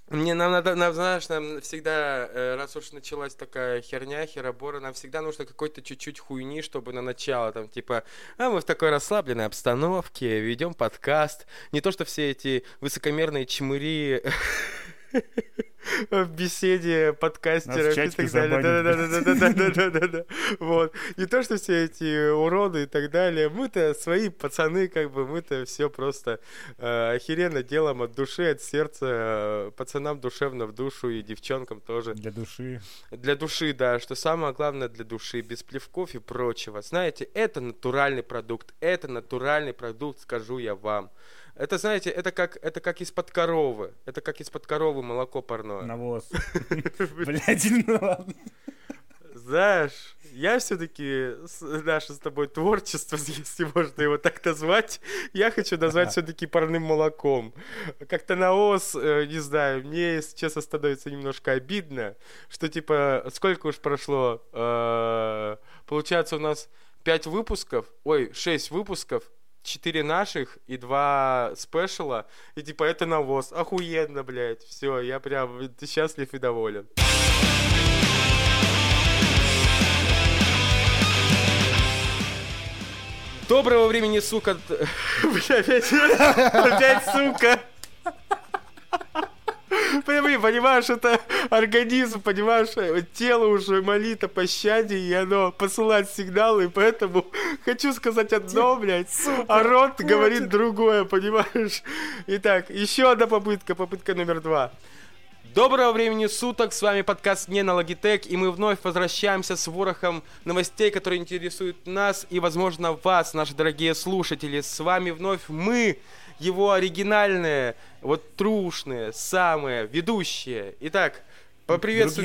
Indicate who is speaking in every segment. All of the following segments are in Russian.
Speaker 1: нам, знаешь, нам всегда, раз уж началась такая херня, херобора, нам всегда нужно какой-то чуть-чуть хуйни, чтобы на начало, там, типа, мы в такой расслабленной обстановке ведем подкаст. Не то, что все эти высокомерные чмыри в беседе подкастеров и так далее. Да-да-да-да-да-да-да-да-да. Вот. Не то, что все эти уроды и так далее. Мы-то свои пацаны, как бы, мы-то все просто охеренно делаем от души, от сердца, пацанам душевно в душу и девчонкам тоже.
Speaker 2: Для души.
Speaker 1: Для души, да, что самое главное для души, без плевков и прочего. Знаете, это натуральный продукт, скажу я вам. Это, знаете, это как из-под коровы. Это как из-под коровы молоко парное.
Speaker 2: Навоз. Блядь, ну ладно.
Speaker 1: Знаешь, я все-таки наше с тобой творчество, если можно его так назвать, я хочу назвать все-таки парным молоком. Как-то навоз, не знаю, мне, если честно, становится немножко обидно, что типа, сколько уж прошло, получается у нас 6 выпусков, 4 наших и 2 спешала, и типа это навоз. Охуенно, блядь. Все, я прям счастлив и доволен. Доброго времени, сука. Бля, опять сука. Понимаешь, это организм, понимаешь, тело уже молит о пощаде, и оно посылает сигналы, и поэтому хочу сказать одно, блядь, а рот говорит другое, понимаешь? Итак, еще одна попытка номер 2. Доброго времени суток, с вами подкаст «Не на Logitech», и мы вновь возвращаемся с ворохом новостей, которые интересуют нас и, возможно, вас, наши дорогие слушатели. С вами вновь мы, его оригинальные, вот трушные, самые ведущие. Итак, поприветствую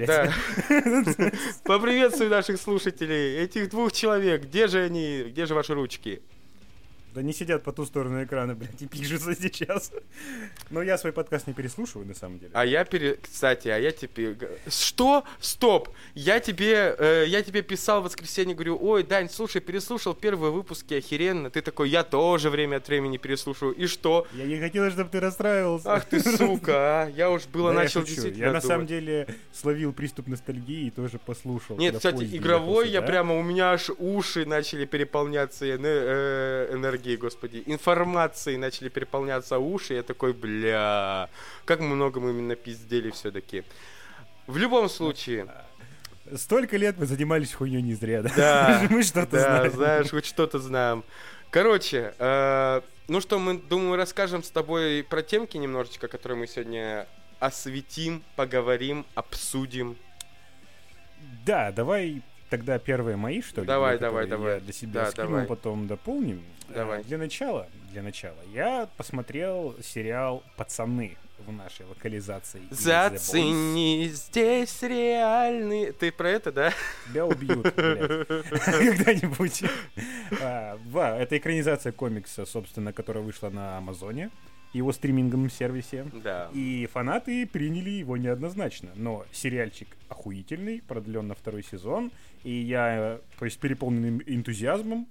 Speaker 1: поприветствую наших слушателей, этих 2 человек. Где же они, где же ваши ручки?
Speaker 2: Да не сидят по ту сторону экрана, блядь, и пишутся сейчас. Но я свой подкаст не переслушиваю, на самом деле.
Speaker 1: Кстати, я тебе... Что? Стоп! Я тебе писал в воскресенье, говорю, ой, Дань, слушай, переслушал первые выпуски, охеренно. Ты такой, я тоже время от времени переслушаю. И что?
Speaker 2: Я не хотел, чтобы ты расстраивался.
Speaker 1: Ах ты, сука, а! Я уж было начал действительно
Speaker 2: Я на самом деле словил приступ ностальгии и тоже послушал.
Speaker 1: Нет, кстати, игровой я прямо, у меня аж уши начали переполняться энергией. Господи, информацией начали переполняться уши, я такой, бля, как много мы именно пиздели все-таки. В любом случае...
Speaker 2: Столько лет мы занимались хуйней не зря, да?
Speaker 1: Да,
Speaker 2: мы что-то знаем.
Speaker 1: знаешь, хоть что-то знаем. Короче, ну что, мы, думаю, расскажем с тобой про темки немножечко, которые мы сегодня осветим, поговорим, обсудим.
Speaker 2: Да, давай... Тогда первые мои, что ли?
Speaker 1: Давай.
Speaker 2: Я для себя скинул, потом дополним.
Speaker 1: Давай.
Speaker 2: Для начала, я посмотрел сериал «Пацаны» в нашей локализации.
Speaker 1: Зацени, здесь реальный... Ты про это, да?
Speaker 2: Тебя убьют, блядь. Когда-нибудь. Это экранизация комикса, собственно, которая вышла на Амазоне. Его стриминговом сервисе.
Speaker 1: Да.
Speaker 2: И фанаты приняли его неоднозначно. Но сериальчик охуительный, продлен на 2-й сезон. И я, то есть, переполненный энтузиазмом,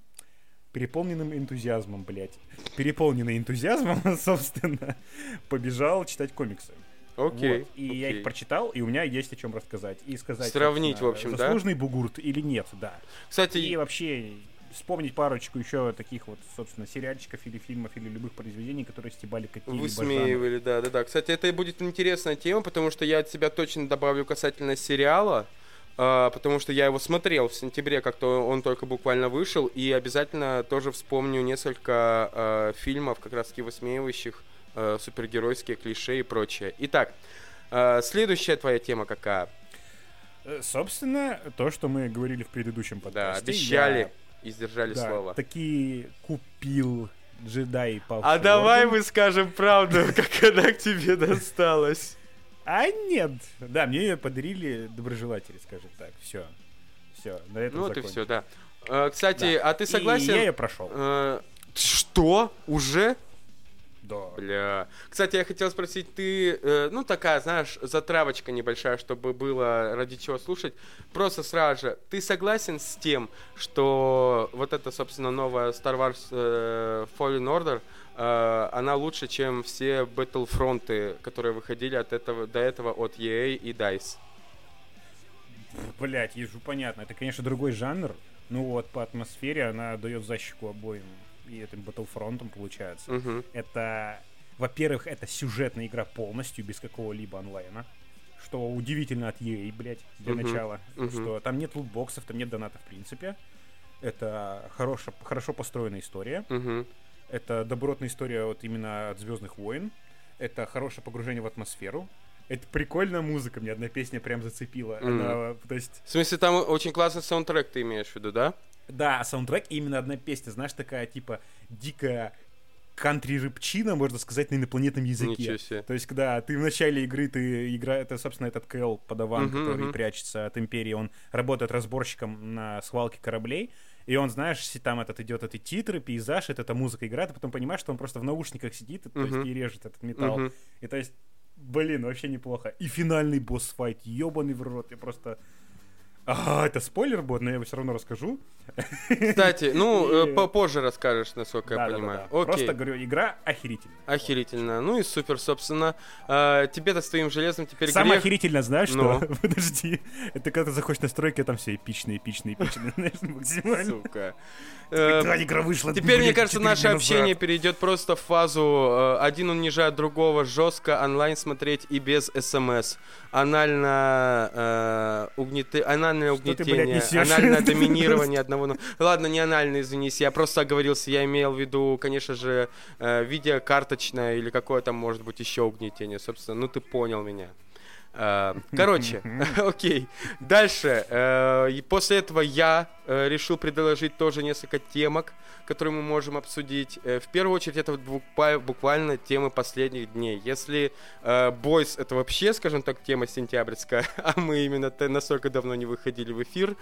Speaker 2: собственно, побежал читать комиксы.
Speaker 1: Окей.
Speaker 2: Вот. И я их прочитал, и у меня есть о чем рассказать. И сказать,
Speaker 1: сравнить, в общем,
Speaker 2: заслуженный бугурт или нет, да.
Speaker 1: Кстати...
Speaker 2: И вообще... Вспомнить парочку еще таких вот, собственно, сериальчиков или фильмов, или любых произведений, которые стебали какие-либо
Speaker 1: высмеивали, да. Кстати, это будет интересная тема, потому что я от себя точно добавлю касательно сериала, потому что я его смотрел в сентябре, как-то он только буквально вышел, и обязательно тоже вспомню несколько фильмов, как раз-таки высмеивающих супергеройские клише и прочее. Итак, следующая твоя тема какая?
Speaker 2: Собственно, то, что мы говорили в предыдущем подкасте.
Speaker 1: Да, обещали. И сдержали слово.
Speaker 2: Таки купил джедай Павший.
Speaker 1: А давай мы скажем правду, как она к тебе досталась.
Speaker 2: А нет. Да, мне ее подарили доброжелатели, скажем так. Все, на этом
Speaker 1: закончим. Вот и все, да. Кстати, а ты согласен?
Speaker 2: И я ее прошел.
Speaker 1: Что? Уже?
Speaker 2: Да.
Speaker 1: Бля. Кстати, я хотел спросить, ты, такая, знаешь, затравочка небольшая, чтобы было ради чего слушать. Просто сразу же, ты согласен с тем, что вот это, собственно, новая Star Wars Fallen Order она лучше, чем все Battlefront'ы, которые выходили до этого от EA и DICE.
Speaker 2: Блять, ежу понятно. Это, конечно, другой жанр. Ну вот, по атмосфере она дает защику обоим. И этим Battlefront'ом получается. Это, во-первых, это сюжетная игра полностью, без какого-либо онлайна. Что удивительно от EA, блять, для начала. Что там нет лутбоксов, там нет доната в принципе. Это хорошо построенная история. Это добротная история вот именно от «Звездных войн». Это хорошее погружение в атмосферу. Это прикольная музыка, мне одна песня прям зацепила. Она, то есть...
Speaker 1: В смысле, там очень классный саундтрек, ты имеешь в виду, да?
Speaker 2: Да, саундтрек и именно одна песня, знаешь, такая типа дикая кантри-рыбчина, можно сказать, на инопланетном языке.
Speaker 1: Ничего себе.
Speaker 2: То есть, когда ты в начале игры, это, собственно, этот Кэл Падаван, который прячется от Империи, он работает разборщиком на свалке кораблей, и он, знаешь, там идет эти титры, пейзаж, эта музыка играет, а потом понимаешь, что он просто в наушниках сидит, то есть, и режет этот металл. И то есть, блин, вообще неплохо. И финальный босс-файт, ёбаный в рот, я просто... это спойлер будет, но я его все равно расскажу.
Speaker 1: Кстати, попозже расскажешь, насколько я понимаю.
Speaker 2: Да. Просто говорю, игра охерительная.
Speaker 1: Охерительно. Ну и супер, собственно. Тебе-то с твоим железом теперь
Speaker 2: самое
Speaker 1: грех.
Speaker 2: охерительное, знаешь что? Подожди. Это когда ты заходишь на стройки, а там все эпичные, знаешь, максимально.
Speaker 1: Сука.
Speaker 2: Игра вышла.
Speaker 1: Теперь, мне кажется, наше общение перейдет просто в фазу один унижает другого, жестко онлайн смотреть и без СМС. Анальное угнетение, анальное доминирование одного. Ладно, не анальное, извинись, я просто оговорился, я имел в виду, конечно же, видеокарточное или какое там может быть еще угнетение, собственно, ты понял меня. Короче, окей. Дальше. И после этого я решил предложить тоже несколько темок, которые мы можем обсудить. В первую очередь, это буквально темы последних дней. Если Boys это вообще, скажем так, тема сентябрьская, а мы именно настолько давно не выходили в эфир.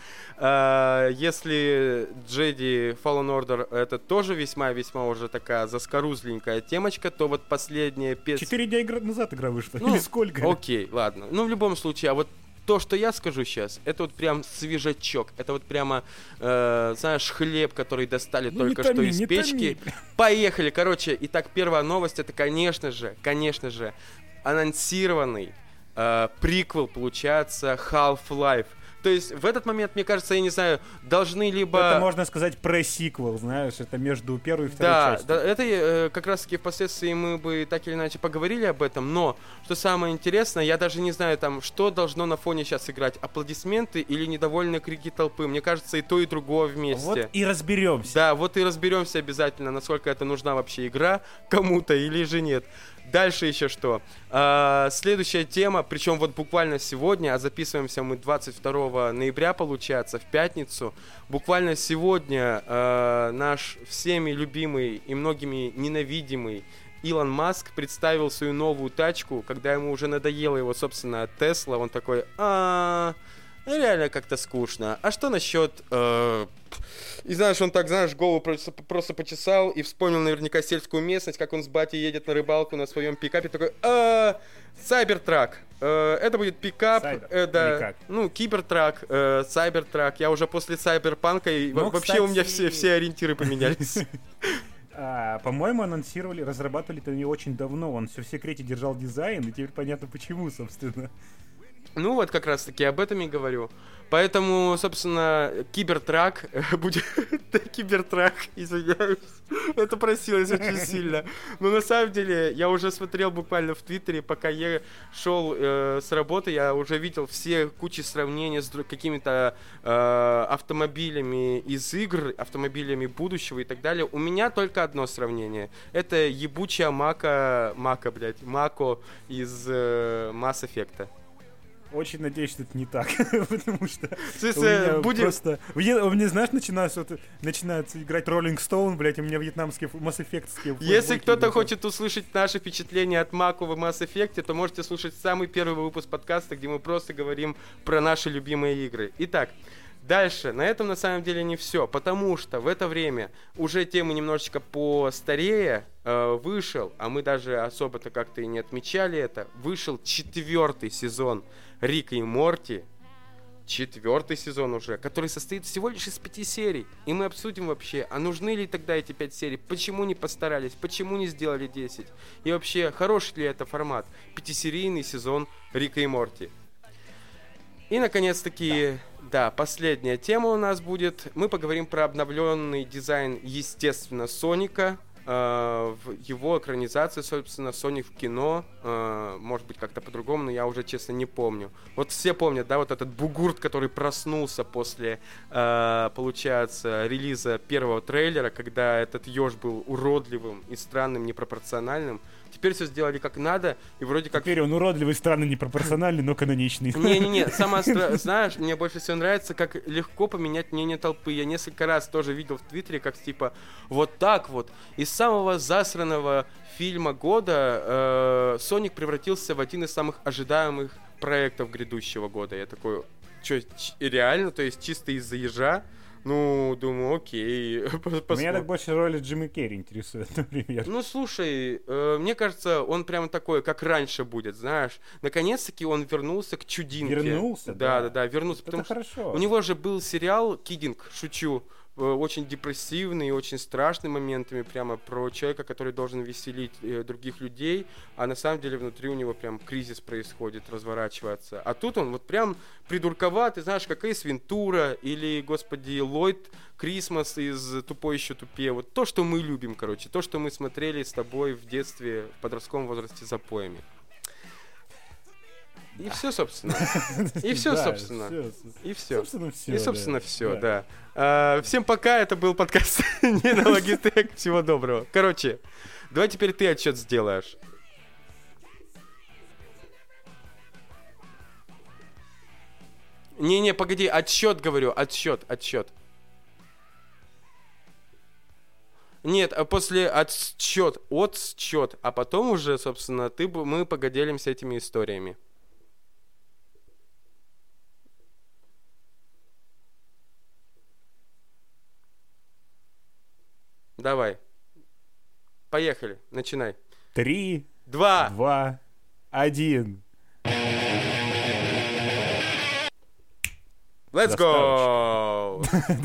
Speaker 1: Если Jedi Fallen Order это тоже весьма-весьма уже такая заскорузленькая темочка, то вот последняя...
Speaker 2: 4 дня назад игра вышла, или сколько?
Speaker 1: Окей, ладно. В любом случае, а вот то, что я скажу сейчас, это вот прям свежачок. Это вот прямо, знаешь, хлеб, который достали только что из печки. Поехали. Короче, итак, первая новость, это, конечно же, анонсированный приквел, получается, Half-Life. То есть в этот момент, мне кажется, я не знаю, должны либо...
Speaker 2: Это можно сказать пресиквел, знаешь, это между первой и второй частью.
Speaker 1: Да, это как раз-таки впоследствии мы бы так или иначе поговорили об этом, но, что самое интересное, я даже не знаю, там, что должно на фоне сейчас играть, аплодисменты или недовольные крики толпы. Мне кажется, и то, и другое вместе.
Speaker 2: Вот и разберемся.
Speaker 1: Да, вот и разберемся обязательно, насколько это нужна вообще игра кому-то или же нет. Дальше еще что? Следующая тема, причем вот буквально сегодня, а записываемся мы 22 ноября, получается, в пятницу. Буквально сегодня наш всеми любимый и многими ненавидимый Илон Маск представил свою новую тачку, когда ему уже надоело его, собственно, Тесла. Он такой, реально как-то скучно. А что насчет... И знаешь, он так, голову просто почесал и вспомнил наверняка сельскую местность, как он с батей едет на рыбалку на своем пикапе, такой, Сайбертрак. Это будет пикап, кибертрак, Сайбертрак. Я уже после Сайберпанка, и вообще кстати... у меня все ориентиры поменялись.
Speaker 2: По-моему, разрабатывали это не очень давно. Он все в секрете держал дизайн, и теперь понятно почему, собственно.
Speaker 1: Вот как раз таки об этом и говорю. Поэтому, собственно, Кибертрак будет... Кибертрак, извиняюсь. Это просилось очень сильно. Но на самом деле, я уже смотрел буквально в Твиттере, пока я шел с работы, я уже видел все кучи сравнений с какими-то автомобилями из игр, автомобилями будущего и так далее. У меня только одно сравнение. Это ебучая Мако из Mass Effect.
Speaker 2: Очень надеюсь, что это не так, потому что
Speaker 1: просто...
Speaker 2: Мне, знаешь, начинается играть Rolling Stone, блять, у меня вьетнамские Mass Effect-ские...
Speaker 1: Если кто-то хочет услышать наши впечатления от Мако в Mass Effect, то можете слушать самый первый выпуск подкаста, где мы просто говорим про наши любимые игры. Итак, дальше, на этом на самом деле не все, потому что в это время уже темы немножечко постарее вышел, а мы даже особо-то как-то и не отмечали это, вышел 4-й сезон Рика и Морти. 4-й сезон уже, который состоит всего лишь из 5 серий. И мы обсудим вообще, а нужны ли тогда эти 5 серий, почему не постарались, почему не сделали 10. И вообще, хороший ли это формат? 5-серийный сезон Рика и Морти. И, наконец-таки, да, последняя тема у нас будет. Мы поговорим про обновленный дизайн, естественно, Соника. В его экранизации, собственно, Соник в кино. Может быть, как-то по-другому, но я уже, честно, не помню. Вот все помнят, да, вот этот бугурт, который проснулся после, получается, релиза первого трейлера, когда этот еж был уродливым и странным, непропорциональным. Теперь все сделали как надо, и вроде как...
Speaker 2: Теперь он уродливый, странный, непропорциональный, но каноничный.
Speaker 1: Не-не-не, знаешь, мне больше всего нравится, как легко поменять мнение толпы. Я несколько раз тоже видел в Твиттере, как типа вот так вот. Из самого засранного фильма года Соник превратился в один из самых ожидаемых проектов грядущего года. Я такой, что, реально? То есть чисто из-за ежа? Ну, думаю, окей.
Speaker 2: Меня так больше роли Джима Керри интересует, например.
Speaker 1: Ну, слушай, мне кажется, он прямо такой, как раньше будет, знаешь. Наконец-таки он вернулся к чудинке.
Speaker 2: Вернулся?
Speaker 1: Да, вернулся.
Speaker 2: Это хорошо.
Speaker 1: У него же был сериал «Киддинг», шучу, очень депрессивный, очень страшный моментами, прямо про человека, который должен веселить других людей, а на самом деле внутри у него прям кризис происходит, разворачивается. А тут он вот прям придурковатый, знаешь, как Эйс Вентура или, господи, Ллойд Крисмас из «Тупой еще тупее». Вот то, что мы любим, короче, то, что мы смотрели с тобой в детстве, в подростковом возрасте запоями. И все, собственно. И все, собственно. И все. И, собственно, все, да. Всем пока, это был подкаст «Не на Logitech». Всего доброго. Короче, давай теперь ты отчет сделаешь. Не-не, погоди, отсчет говорю, отсчет. Нет, а после отсчет, а потом уже, собственно, мы поделимся этими историями. Давай. Поехали. Начинай.
Speaker 2: 3,
Speaker 1: 2,
Speaker 2: 1.
Speaker 1: Let's go!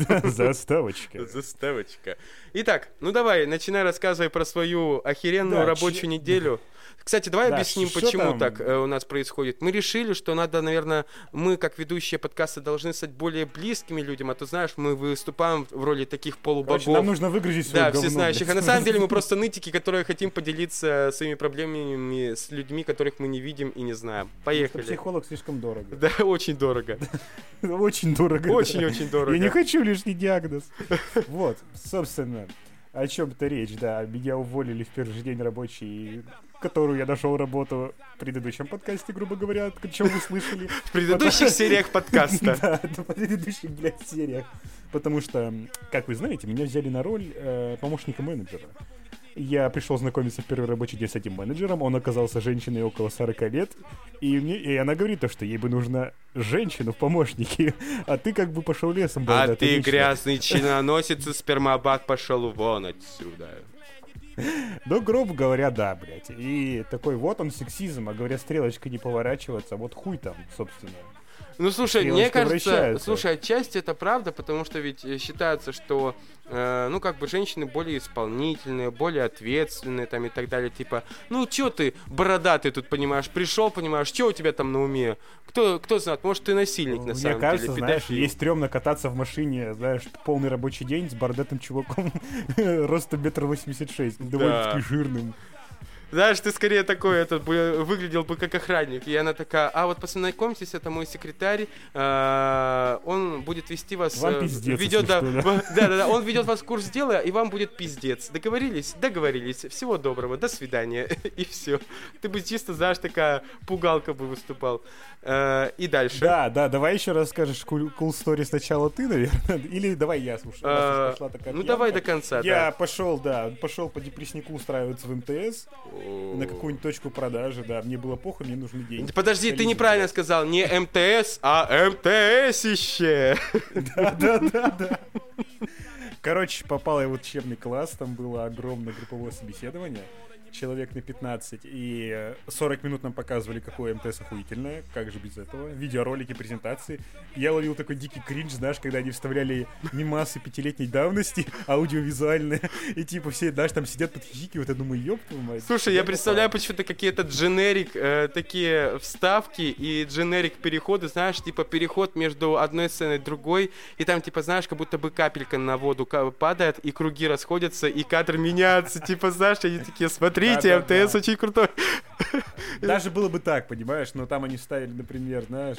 Speaker 2: Заставочка.
Speaker 1: Итак, ну давай, начинай рассказывай про свою охеренную рабочую неделю. Кстати, давай объясним, почему так у нас происходит. Мы решили, что надо, наверное, мы, как ведущие подкаста, должны стать более близкими людям, а то, знаешь, мы выступаем в роли таких полубогов.
Speaker 2: Короче, нам нужно выгрузить свое говно.
Speaker 1: Да, всезнающих. А на самом деле мы просто нытики, которые хотим поделиться своими проблемами с людьми, которых мы не видим и не знаем. Поехали.
Speaker 2: Психолог слишком дорого.
Speaker 1: Да, очень дорого.
Speaker 2: Очень дорого.
Speaker 1: Очень-очень дорого.
Speaker 2: Я не хочу лишний диагноз. Вот, собственно, о чем-то речь, да. Меня уволили в первый же день рабочий, которую я нашел работу в предыдущем подкасте, грубо говоря, о чем вы слышали.
Speaker 1: В предыдущих сериях подкаста.
Speaker 2: Да, в предыдущих, сериях. Потому что, как вы знаете, меня взяли на роль помощника менеджера. Я пришел знакомиться в первый рабочий день с этим менеджером, он оказался женщиной около 40 лет, и она говорит то, что ей бы нужна женщина в помощнике, а ты как бы пошел лесом.
Speaker 1: А ты грязный чиноносец и спермобак пошел вон отсюда.
Speaker 2: Ну, грубо говоря, да, блядь. И такой вот он сексизм, а говорят, стрелочка не поворачиваться, вот хуй там, собственно.
Speaker 1: Ну, слушай, мне кажется, отчасти это правда, потому что ведь считается, что, ну, как бы женщины более исполнительные, более ответственные, там, и так далее, типа, ну, чё ты, бородатый тут, понимаешь, пришел, понимаешь, чё у тебя там на уме? Кто знает, может, ты насильник, на самом деле,
Speaker 2: мне кажется, знаешь, ей стрёмно кататься в машине, знаешь, полный рабочий день с бородатым чуваком ростом 1,86 м, довольно-таки жирным.
Speaker 1: Знаешь, ты скорее такой, выглядел бы как охранник. И она такая, а вот познакомьтесь, это мой секретарь, он будет вести вас...
Speaker 2: Вам пиздец,
Speaker 1: да, он ведет вас в курс дела, и вам будет пиздец. Договорились? Договорились. Всего доброго, до свидания. И все. Ты бы чисто, знаешь, такая пугалка бы выступал. И дальше.
Speaker 2: Да, давай еще расскажешь cool story сначала ты, наверное. Или давай я, слушай.
Speaker 1: Ну давай до конца,
Speaker 2: я пошел по депресснику устраиваться в МТС. На какую-нибудь точку продажи, да. Мне было похуй, мне нужны деньги.
Speaker 1: Подожди, ты неправильно сказал. Не МТС, а МТСище.
Speaker 2: Да. Короче, попал я в учебный класс, там было огромное групповое собеседование. человек на 15, и 40 минут нам показывали, какое МТС охуительное, как же без этого, видеоролики, презентации. Я ловил такой дикий кринж, знаешь, когда они вставляли мемасы 5-летней давности, аудиовизуальные, и типа все, знаешь, там сидят подхихикивают, я думаю, ёб твою мать.
Speaker 1: Слушай, я представляю почему-то какие-то дженерик, такие вставки и дженерик переходы, знаешь, типа переход между одной сценой и другой, и там, типа, знаешь, как будто бы капелька на воду падает, и круги расходятся, и кадр меняется, типа, знаешь, они такие, смотрите, МТС очень крутой.
Speaker 2: Даже было бы так, понимаешь, но там они вставили, например, знаешь,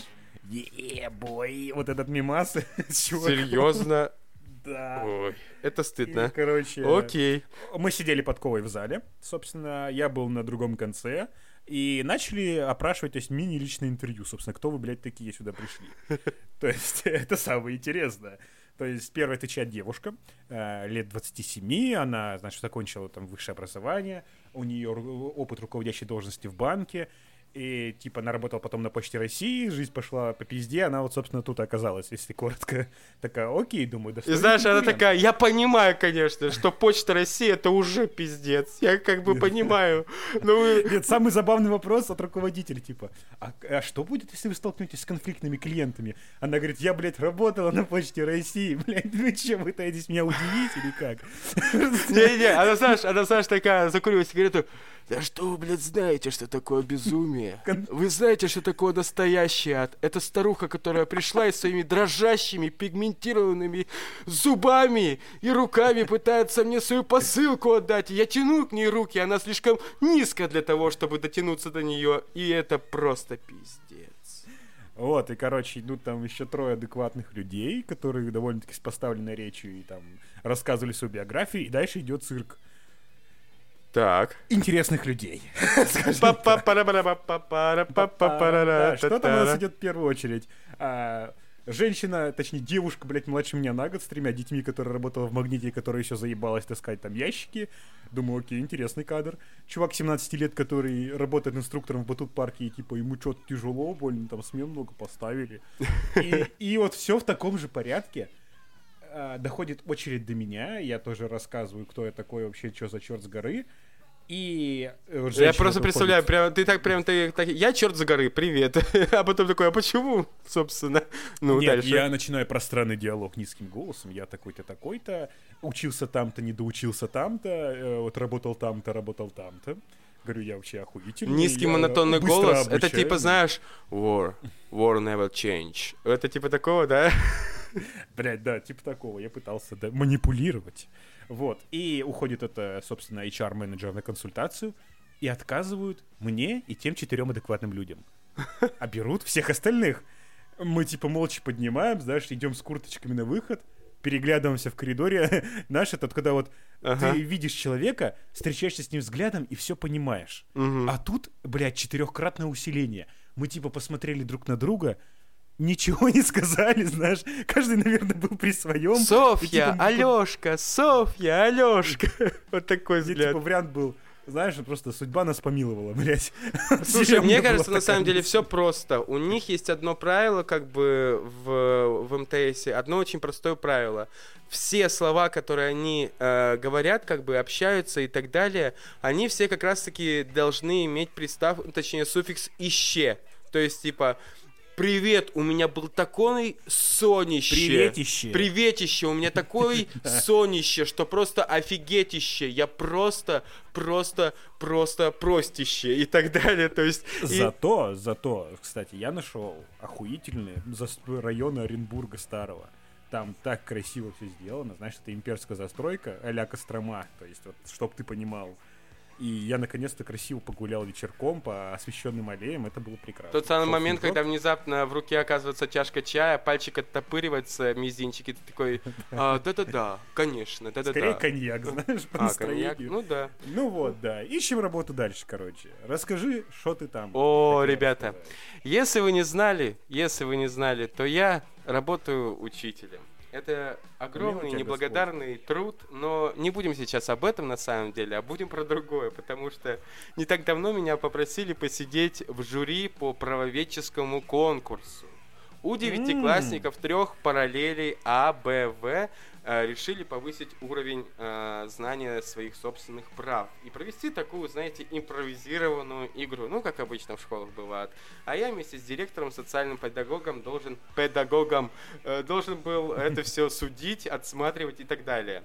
Speaker 2: бой, вот этот мемас.
Speaker 1: Серьезно?
Speaker 2: Да.
Speaker 1: Ой, это стыдно.
Speaker 2: И, короче,
Speaker 1: окей.
Speaker 2: Мы сидели под Ковой в зале, собственно, я был на другом конце, и начали опрашивать, то есть мини-личное интервью, собственно, кто вы, блядь, такие сюда пришли. То есть это самое интересное. То есть первая отвечает девушка, лет 27, она, значит, закончила там высшее образование, у нее опыт руководящей должности в банке, и, типа, она работала потом на Почте России, жизнь пошла по пизде, она вот, собственно, тут оказалась, если коротко. Такая, окей, думаю, достойный.
Speaker 1: И знаешь,
Speaker 2: конкурент.
Speaker 1: она такая, я понимаю, конечно, что Почта России это уже пиздец. Я как бы понимаю.
Speaker 2: Нет, самый забавный вопрос от руководителя, типа, а что будет, если вы столкнетесь с конфликтными клиентами? Она говорит, я, блядь, работала на Почте России, блядь, вы что, вы пытаетесь меня удивить или как?
Speaker 1: Не-не, она, знаешь, такая, закуривает сигарету. Да что вы, блядь, знаете, что такое безумие? Вы знаете, что такое настоящий ад? Это старуха, которая пришла и своими дрожащими, пигментированными зубами и руками пытается мне свою посылку отдать. Я тяну к ней руки, она слишком низко для того, чтобы дотянуться до нее. И это просто пиздец.
Speaker 2: Вот, и, короче, идут там еще 3 адекватных людей, которые довольно-таки с поставленной речью и там рассказывали свою биографию, и дальше идет цирк.
Speaker 1: Так.
Speaker 2: Интересных людей.
Speaker 1: Что там
Speaker 2: у нас идет в первую очередь? Женщина, точнее девушка, блядь, младше меня на год, с 3 детьми, которая работала в Магните, которая еще заебалась таскать там ящики. Думаю, окей, интересный кадр. Чувак 17 лет, который работает инструктором в батут-парке, и типа ему что-то тяжело, больно, там смен много поставили. И вот все в таком же порядке. Доходит очередь до меня, я тоже рассказываю, кто я такой вообще, что за черт с горы. И
Speaker 1: я просто представляю, прям ты так, я черт за горы, привет. А потом такой, а почему, собственно? Ну,
Speaker 2: нет,
Speaker 1: дальше.
Speaker 2: Я начинаю пространный диалог низким голосом. Я такой-то, такой-то, учился там-то, не доучился там-то, вот работал там-то. Говорю, я вообще охуительный.
Speaker 1: Низкий монотонный голос, это типа, знаешь, war never change. Это типа такого, да?
Speaker 2: Блядь, да, типа такого. Я пытался манипулировать. Вот. И уходит это, собственно, HR-менеджер на консультацию. И отказывают мне и тем 4 адекватным людям. А берут всех остальных. Мы типа молча поднимаем, знаешь, идем с курточками на выход. Переглядываемся в коридоре. Знаешь, это когда вот ты видишь человека, встречаешься с ним взглядом и все понимаешь. А тут, блядь, 4-кратное усиление. Мы типа посмотрели друг на друга, ничего не сказали, знаешь. Каждый, наверное, был при своем.
Speaker 1: Софья, типа, Алёшка, Софья, Алёшка. Вот такой взгляд.
Speaker 2: Типа вариант был, знаешь, просто судьба нас помиловала, блядь.
Speaker 1: Слушай, мне кажется, на самом деле все просто. У них есть одно правило, как бы в МТСе, одно очень простое правило. Все слова, которые они говорят, как бы общаются и так далее, они все как раз-таки должны иметь точнее, суффикс «ище». То есть, типа... Привет, у меня был такой сонище. Приветище, у меня такой сонище, что просто офигетище. Я просто простище и так далее. То есть...
Speaker 2: Зато, кстати, я нашел охуительные районы Оренбурга старого. Там так красиво все сделано. Знаешь, это имперская застройка а-ля Кострома. То есть, вот, чтоб ты понимал. И я наконец-то красиво погулял вечерком по освещенным аллеям, это было прекрасно.
Speaker 1: Тот самый момент, когда внезапно в руке оказывается чашка чая, пальчик оттопыривается, мизинчик, и ты такой, да-да-да, конечно, да-да-да.
Speaker 2: Скорее коньяк, знаешь, по настроению.
Speaker 1: Коньяк, ну да.
Speaker 2: Ну вот, да, ищем работу дальше, короче. Расскажи, что ты там.
Speaker 1: О, ребята, если вы не знали, то я работаю учителем. Это огромный неблагодарный труд, но не будем сейчас об этом на самом деле, а будем про другое, потому что не так давно меня попросили посидеть в жюри по правоведческому конкурсу. У 9-классников 3 параллелей А, Б, В решили повысить уровень знания своих собственных прав и провести такую, знаете, импровизированную игру, ну, как обычно в школах бывает. А я вместе с директором, социальным педагогом должен был это все судить, отсматривать и так далее.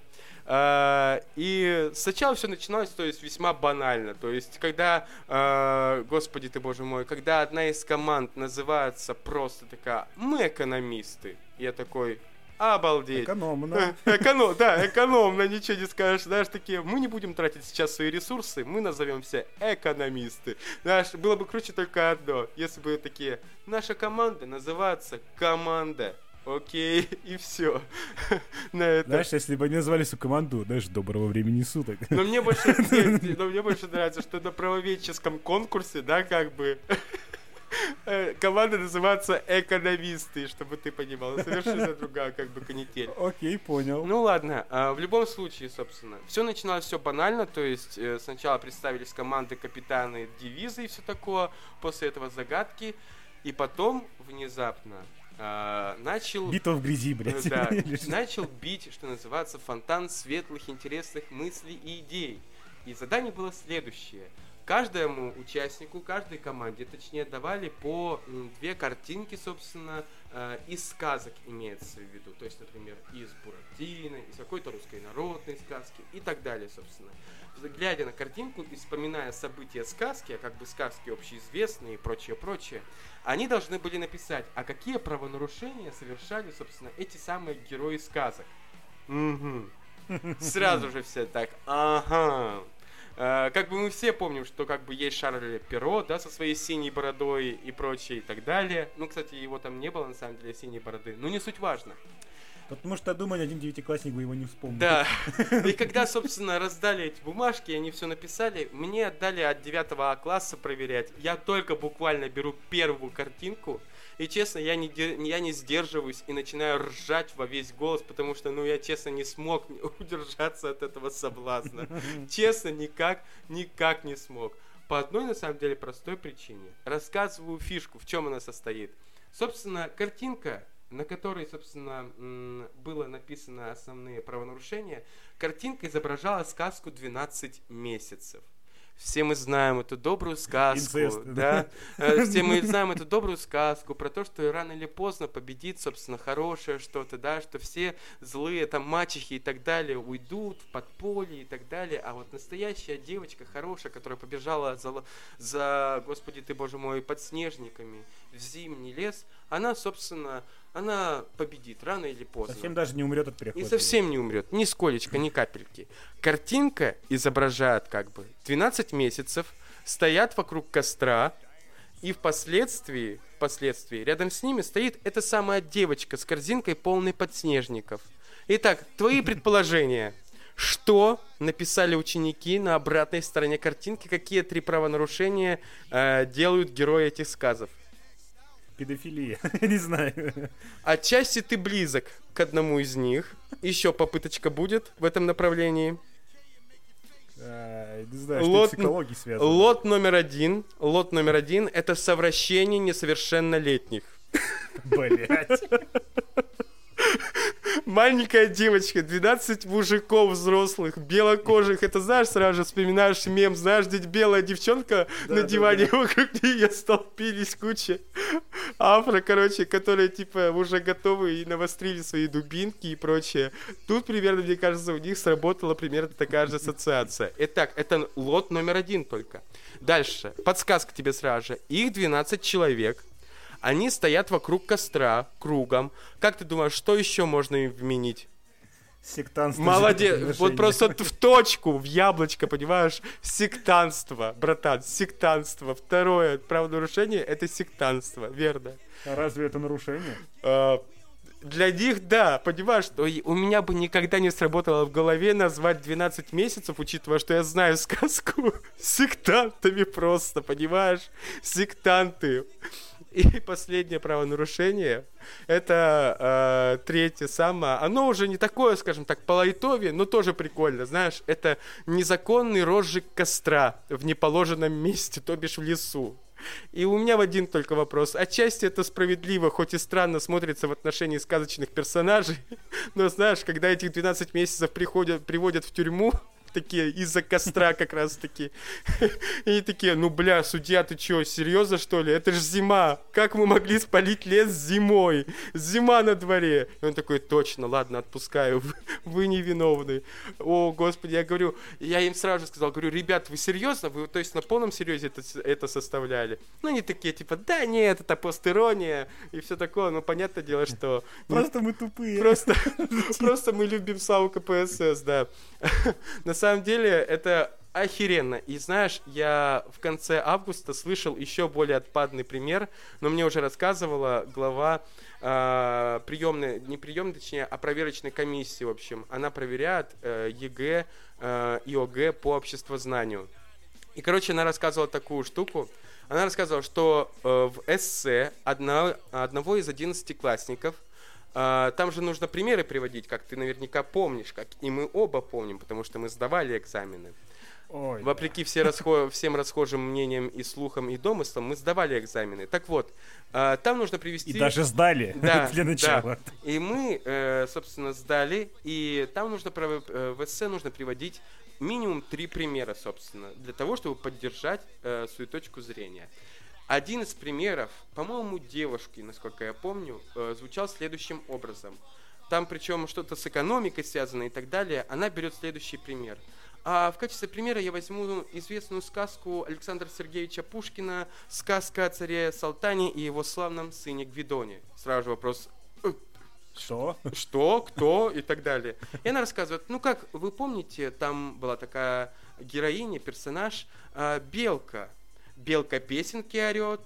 Speaker 1: И сначала все начиналось, то есть, весьма банально. То есть, когда, господи ты, боже мой, когда одна из команд называется просто такая «Мы экономисты», я такой... Обалдеть.
Speaker 2: Экономно.
Speaker 1: Экономно, ничего не скажешь. Знаешь, такие, мы не будем тратить сейчас свои ресурсы, мы назовемся экономисты. Знаешь, было бы круче только одно, если бы такие, наша команда называется команда. Окей, и все.
Speaker 2: Знаешь, если бы они назвали свою команду, знаешь, доброго времени суток.
Speaker 1: Но мне больше нравится, что на правоведческом конкурсе, да, как бы... Команда называется «Экономисты», чтобы ты понимал. Совершенно другая, как бы, канитель.
Speaker 2: Окей, понял.
Speaker 1: Ну ладно, в любом случае, собственно, все начиналось все банально, то есть сначала представились команды, капитаны, девизы и все такое, после этого загадки, и потом внезапно начал...
Speaker 2: Битва в грязи, блядь.
Speaker 1: Да, начал бить, что называется, фонтан светлых, интересных мыслей и идей. И задание было следующее. Каждому участнику, каждой команде, точнее, давали по 2 картинки, собственно, из сказок имеется в виду. То есть, например, из Буратино, из какой-то русской народной сказки и так далее, собственно. Глядя на картинку и вспоминая события сказки, а как бы сказки общеизвестные и прочее, они должны были написать, а какие правонарушения совершали, собственно, эти самые герои сказок. Сразу же все так, ага. Как бы мы все помним, что как бы есть Шарль Перро, да, со своей синей бородой и прочее и так далее. Ну, кстати, его там не было, на самом деле, синей бороды. Но не суть важно.
Speaker 2: Потому что, думаю, один девятиклассник бы его не вспомнил.
Speaker 1: Да. И когда, собственно, раздали эти бумажки, они все написали, мне отдали от 9 класса проверять. Я только буквально беру первую картинку, и, честно, я не сдерживаюсь и начинаю ржать во весь голос, потому что, я, честно, не смог удержаться от этого соблазна. Честно, никак не смог. По одной, на самом деле, простой причине. Рассказываю фишку, в чем она состоит. Собственно, картинка, на которой, собственно, было написано основные правонарушения, картинка изображала сказку «12 месяцев». Все мы знаем эту добрую сказку,
Speaker 2: Инцест,
Speaker 1: да? Все мы знаем эту добрую сказку про то, что рано или поздно победит, собственно, хорошее что-то, да, что все злые там мачехи и так далее уйдут в подполье и так далее, а вот настоящая девочка хорошая, которая побежала за, господи ты, боже мой, подснежниками в зимний лес, она, собственно, она победит рано или поздно.
Speaker 2: Совсем даже не умрет от перехода.
Speaker 1: И совсем не умрет, нисколечко, ни капельки. Картинка изображает как бы 12 месяцев, стоят вокруг костра, и впоследствии рядом с ними стоит эта самая девочка с корзинкой полной подснежников. Итак, твои предположения. Что написали ученики на обратной стороне картинки? Какие 3 правонарушения делают герои этих сказов?
Speaker 2: Педофилия, не знаю.
Speaker 1: Отчасти ты близок к одному из них. Еще попыточка будет в этом направлении.
Speaker 2: Не знаю, что с психологией связано.
Speaker 1: Лот номер один — это совращение несовершеннолетних.
Speaker 2: Блять.
Speaker 1: Маленькая девочка, 12 мужиков взрослых, белокожих. Это, знаешь, сразу же вспоминаешь мем, знаешь, где белая девчонка на диване, вокруг нее столпились куча которые, типа, уже готовы и навострили свои дубинки и прочее. Тут, примерно, мне кажется, у них сработала примерно такая же ассоциация. Итак, это лот номер 1 только. Дальше. Подсказка тебе сразу же. Их 12 человек. Они стоят вокруг костра, кругом. Как ты думаешь, что еще можно им вменить?
Speaker 2: Сектантство.
Speaker 1: Молодец. Вот просто в точку, в яблочко, понимаешь? Сектантство, братан, сектантство. Второе правонарушение — это сектантство, верно.
Speaker 2: А разве это нарушение?
Speaker 1: Для них, да, понимаешь, что у меня бы никогда не сработало в голове назвать 12 месяцев, учитывая, что я знаю сказку, сектантами просто, понимаешь? Сектанты. И последнее правонарушение, это третье самое, оно уже не такое, скажем так, по лайтове, но тоже прикольно, знаешь, это незаконный розжиг костра в неположенном месте, то бишь в лесу. И у меня один только вопрос. Отчасти это справедливо, хоть и странно смотрится в отношении сказочных персонажей. Но знаешь, когда этих 12 месяцев приводят в тюрьму, такие из-за костра как раз таки. И такие, ну бля, судья, ты чё, серьезно что ли? Это ж зима. Как мы могли спалить лес зимой? Зима на дворе. И он такой, точно, ладно, отпускаю. Вы невиновны. О, господи, я говорю, я им сразу же сказал, говорю, ребят, вы серьезно? Вы, то есть на полном серьезе это составляли? Ну, они такие, типа, да нет, это постерония и все такое. Ну, понятное дело, что...
Speaker 2: Просто мы тупые.
Speaker 1: Просто мы любим Славу КПСС, да. На самом деле, это охеренно. И знаешь, я в конце августа слышал еще более отпадный пример, но мне уже рассказывала глава точнее, проверочной комиссии, в общем. Она проверяет ЕГЭ и ОГЭ по обществознанию. И, короче, она рассказывала такую штуку. Она рассказывала, что в эссе одного из 11-классников, там же нужно примеры приводить, как ты наверняка помнишь, как и мы оба помним, потому что мы сдавали экзамены.
Speaker 2: Ой,
Speaker 1: вопреки всем расхожим мнениям и слухам и домыслам, мы сдавали экзамены. Так вот, там нужно привести...
Speaker 2: И даже сдали для начала.
Speaker 1: Да. И мы, собственно, сдали, и там нужно в эссе нужно приводить минимум 3 примера, собственно, для того, чтобы поддержать свою точку зрения. Один из примеров, по-моему, девушки, насколько я помню, звучал следующим образом. Там причем что-то с экономикой связано и так далее. Она берет следующий пример. А в качестве примера я возьму известную сказку Александра Сергеевича Пушкина «Сказка о царе Салтане и его славном сыне Гвидоне». Сразу же вопрос...
Speaker 2: Что?
Speaker 1: Что? Кто? И так далее. И она рассказывает, ну как, вы помните, там была такая героиня, персонаж, Белка. Белка песенки орет,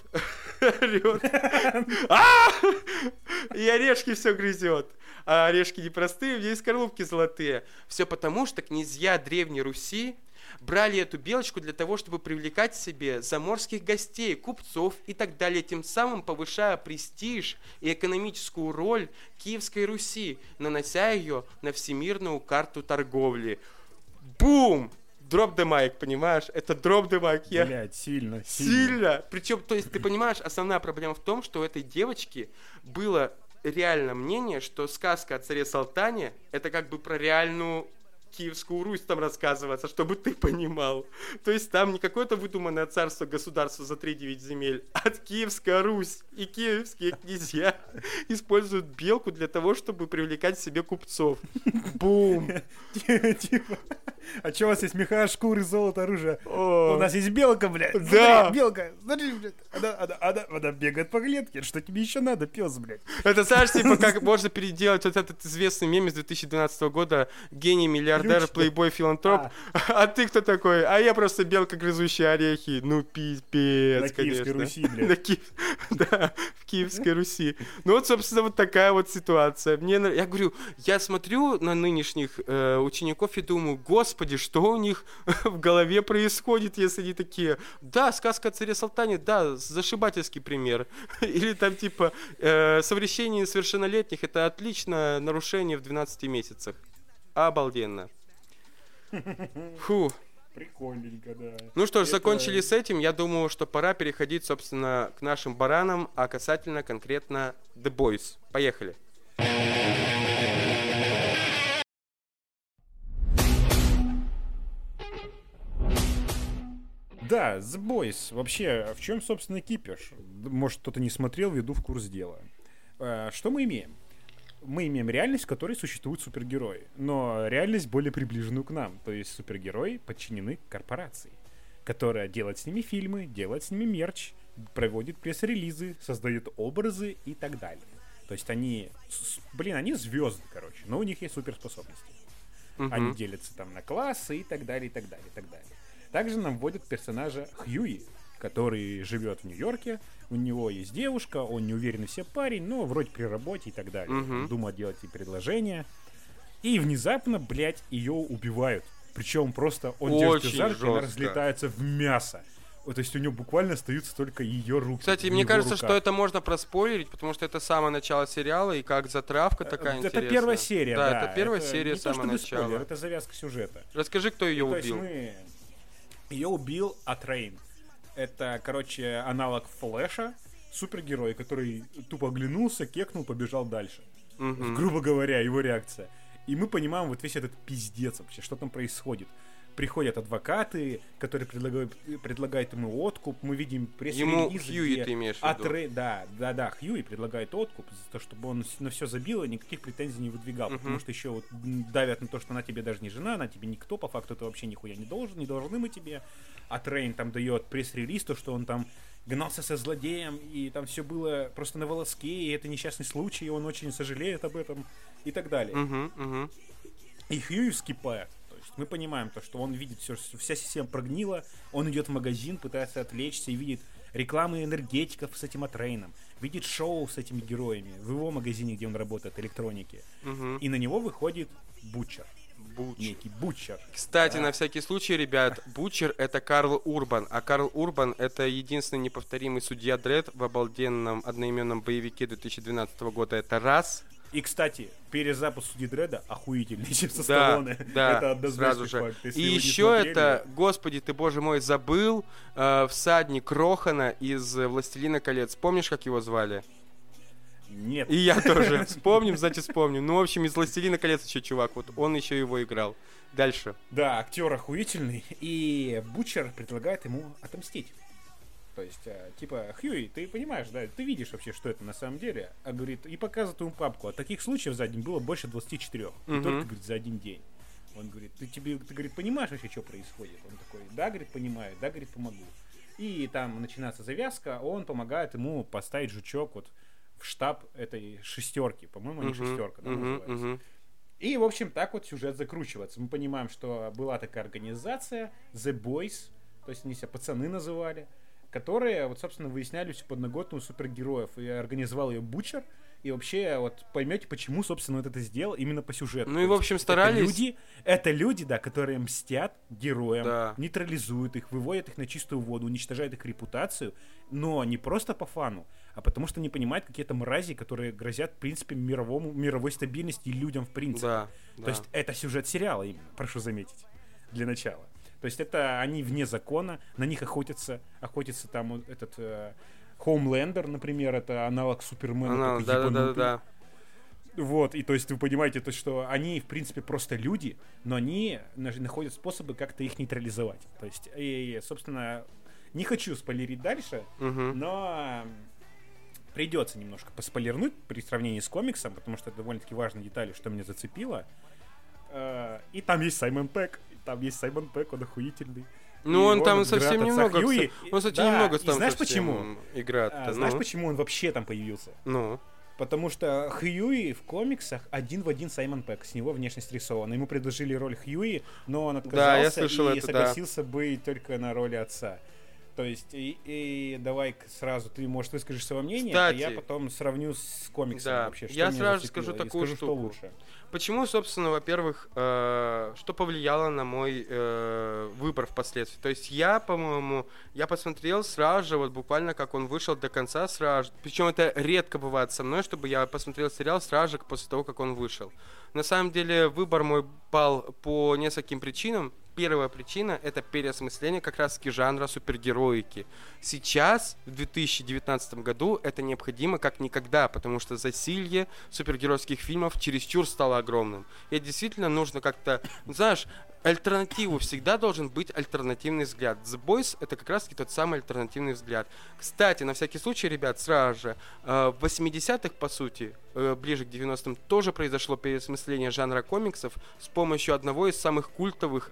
Speaker 1: и орешки все грызет. А орешки непростые, в ней скорлупки золотые. Все потому, что князья Древней Руси брали эту белочку для того, чтобы привлекать к себе заморских гостей, купцов и так далее, тем самым повышая престиж и экономическую роль Киевской Руси, нанося ее на всемирную карту торговли. Бум! Drop the mic, понимаешь? Это drop the mic.
Speaker 2: Блядь, сильно.
Speaker 1: Причем, то есть, ты понимаешь, основная проблема в том, что у этой девочки было реально мнение, что сказка о царе Салтане это как бы про реальную Киевскую Русь там рассказываться, чтобы ты понимал. То есть там не какое-то выдуманное царство-государство за 3-9 земель, а Киевская Русь и киевские князья используют белку для того, чтобы привлекать к себе купцов. Бум!
Speaker 2: Типа, а что у вас есть меха, шкуры, золото, оружие? У нас есть белка, блядь.
Speaker 1: Да.
Speaker 2: Белка. Смотри, блядь. Она бегает по клетке. Что тебе еще надо, пес, блядь?
Speaker 1: Это, знаешь, типа, как можно переделать вот этот известный мем из 2012 года «Гений, миллиардер, плейбой, филантроп». А ты кто такой? А я просто белка, грызущая орехи. Ну, пипец, конечно.
Speaker 2: На Киевской Руси, блядь.
Speaker 1: Да, в Киевской Руси. Ну вот, собственно, вот такая вот ситуация. Я говорю, я смотрю на нынешних учеников и думаю, господи, что у них в голове происходит, если они такие, да, сказка о царе Салтане, да, зашибательский пример. Или там типа совращение несовершеннолетних, это отличное нарушение в 12 месяцах. Обалденно. Фу.
Speaker 2: Прикольненько, да.
Speaker 1: Ну что ж, закончили с этим. Я думаю, что пора переходить, собственно, к нашим баранам, а касательно конкретно The Boys. Поехали.
Speaker 2: Да, The Boys. Вообще, в чем, собственно, кипиш? Может, кто-то не смотрел, веду в курс дела. Что мы имеем? Мы имеем реальность, в которой существуют супергерои, но реальность более приближенную к нам. То есть супергерои подчинены корпорации, которая делает с ними фильмы, делает с ними мерч, проводит пресс-релизы, создает образы и так далее. То есть они звезды, короче, но у них есть суперспособности. Они делятся там на классы и так далее, и так далее, и так далее. Также нам вводят персонажа Хьюи, который живет в Нью-Йорке, у него есть девушка, он не уверенный в себе парень, но вроде при работе и так далее. Думает делать ей предложение. И внезапно, блядь, ее убивают. Причем просто он держит за руки, она разлетается в мясо. То есть у него буквально остаются только ее руки.
Speaker 1: Кстати, мне кажется, что это можно проспойлерить, потому что это самое начало сериала, и как затравка такая интересная.
Speaker 2: Это первая серия, да.
Speaker 1: Это первая серия, самое начало.
Speaker 2: Спойлер, это завязка сюжета.
Speaker 1: Расскажи, кто ее убил.
Speaker 2: Ее убил Атрейн. Это, короче, аналог Флэша, супергерой, который тупо оглянулся, кекнул, побежал дальше. Грубо говоря, его реакция. И мы понимаем вот весь этот пиздец вообще, что там происходит. Приходят адвокаты, которые предлагают ему откуп. Мы видим
Speaker 1: пресс-релиз, Хьюи, ты имеешь в виду?
Speaker 2: Да, Хьюи предлагает откуп за то, чтобы он на все забил и никаких претензий не выдвигал. Потому что еще вот давят на то, что она тебе даже не жена, она тебе никто, по факту ты вообще нихуя не должны мы тебе. А Трейн там дает пресс-релиз, то, что он там гнался со злодеем, и там все было просто на волоске, и это несчастный случай, и он очень сожалеет об этом, и так далее. И Хьюи вскипает. Мы понимаем то, что он видит все, вся система прогнила, он идет в магазин, пытается отвлечься и видит рекламы энергетиков с этим Атрейном, видит шоу с этими героями в его магазине, где он работает, электроники. И на него выходит Бутчер. Некий Бутчер.
Speaker 1: Кстати, на всякий случай, ребят, Бутчер — это Карл Урбан, а Карл Урбан — это единственный неповторимый судья Дред в обалденном одноименном боевике 2012 года. Это раз.
Speaker 2: И, кстати, перезапуск Судьи Дредда охуительный, чем со Сталлоне.
Speaker 1: Да,
Speaker 2: это однозначный
Speaker 1: факт.
Speaker 2: И
Speaker 1: еще это, господи ты, боже мой, забыл, всадник Рохана из «Властелина колец». Помнишь, как его звали?
Speaker 2: Нет.
Speaker 1: И я тоже. Вспомним, значит вспомним. Ну, в общем, из «Властелина колец» еще чувак, вот он еще его играл. Дальше.
Speaker 2: Да, актер охуительный, и Бутчер предлагает ему отомстить. То есть, типа, Хьюи, ты понимаешь, да, ты видишь вообще, что это на самом деле, а говорит, и показывает ему папку. А таких случаев за день было больше 24. И только, говорит, за один день. Он говорит, ты, говорит, понимаешь вообще, что происходит? Он такой, да, говорит, понимаю, да, говорит, помогу. И там начинается завязка, он помогает ему поставить жучок вот в штаб этой шестерки. По-моему, они шестерка, да, называется. И, в общем, так вот сюжет закручивается. Мы понимаем, что была такая организация, The Boys, то есть они себя пацаны называли, которые, вот, собственно, выясняли всю подноготную супергероев. И организовал ее Бутчер. И вообще, вот, поймете, почему, собственно, вот это сделал именно по сюжету.
Speaker 1: Ну и, в общем, старались.
Speaker 2: Это люди, да, которые мстят героям, нейтрализуют их, выводят их на чистую воду, уничтожают их репутацию, но не просто по фану, а потому что не понимают какие-то мрази, которые грозят, в принципе, мировой стабильности и людям в принципе. То есть это сюжет сериала именно, прошу заметить, для начала. То есть это они вне закона, на них охотится там этот Хоумлендер, например, это аналог Супермена, только ебанутый.
Speaker 1: Да.
Speaker 2: Вот, и то есть вы понимаете, то, что они, в принципе, просто люди, но они находят способы как-то их нейтрализовать. То есть, и, собственно, не хочу спойлерить дальше, но придется немножко поспойлернуть при сравнении с комиксом, потому что это довольно-таки важные детали, что меня зацепило. И там есть Саймон Пегг. Он охуительный.
Speaker 1: Ну, он там совсем немного,
Speaker 2: Хьюи.
Speaker 1: Он, кстати, немного там
Speaker 2: знаешь почему?
Speaker 1: Играет.
Speaker 2: Знаешь, почему он вообще там появился?
Speaker 1: Ну?
Speaker 2: Потому что Хьюи в комиксах один в один Саймон Пегг. С него внешность рисована. Ему предложили роль Хьюи, но он отказался согласился быть только на роли отца. То есть, и давай сразу ты, может, выскажешь свое мнение,
Speaker 1: кстати,
Speaker 2: а я потом сравню с комиксом вообще.
Speaker 1: Что я сразу скажу такую штуку.
Speaker 2: Что лучше.
Speaker 1: Почему, собственно, во-первых, что повлияло на мой выбор впоследствии? То есть я посмотрел сразу же, вот буквально как он вышел до конца сразу. Причем это редко бывает со мной, чтобы я посмотрел сериал сразу же после того, как он вышел. На самом деле выбор мой пал по нескольким причинам. Первая причина — это переосмысление как раз-таки жанра супергероики. Сейчас, в 2019 году, это необходимо как никогда, потому что засилье супергеройских фильмов чересчур стало огромным. И действительно нужно как-то, знаешь, альтернативу всегда должен быть альтернативный взгляд. The Boys — это как раз-таки тот самый альтернативный взгляд. Кстати, на всякий случай, ребят, сразу же, в 80-х, по сути, ближе к 90-м, тоже произошло переосмысление жанра комиксов с помощью одного из самых культовых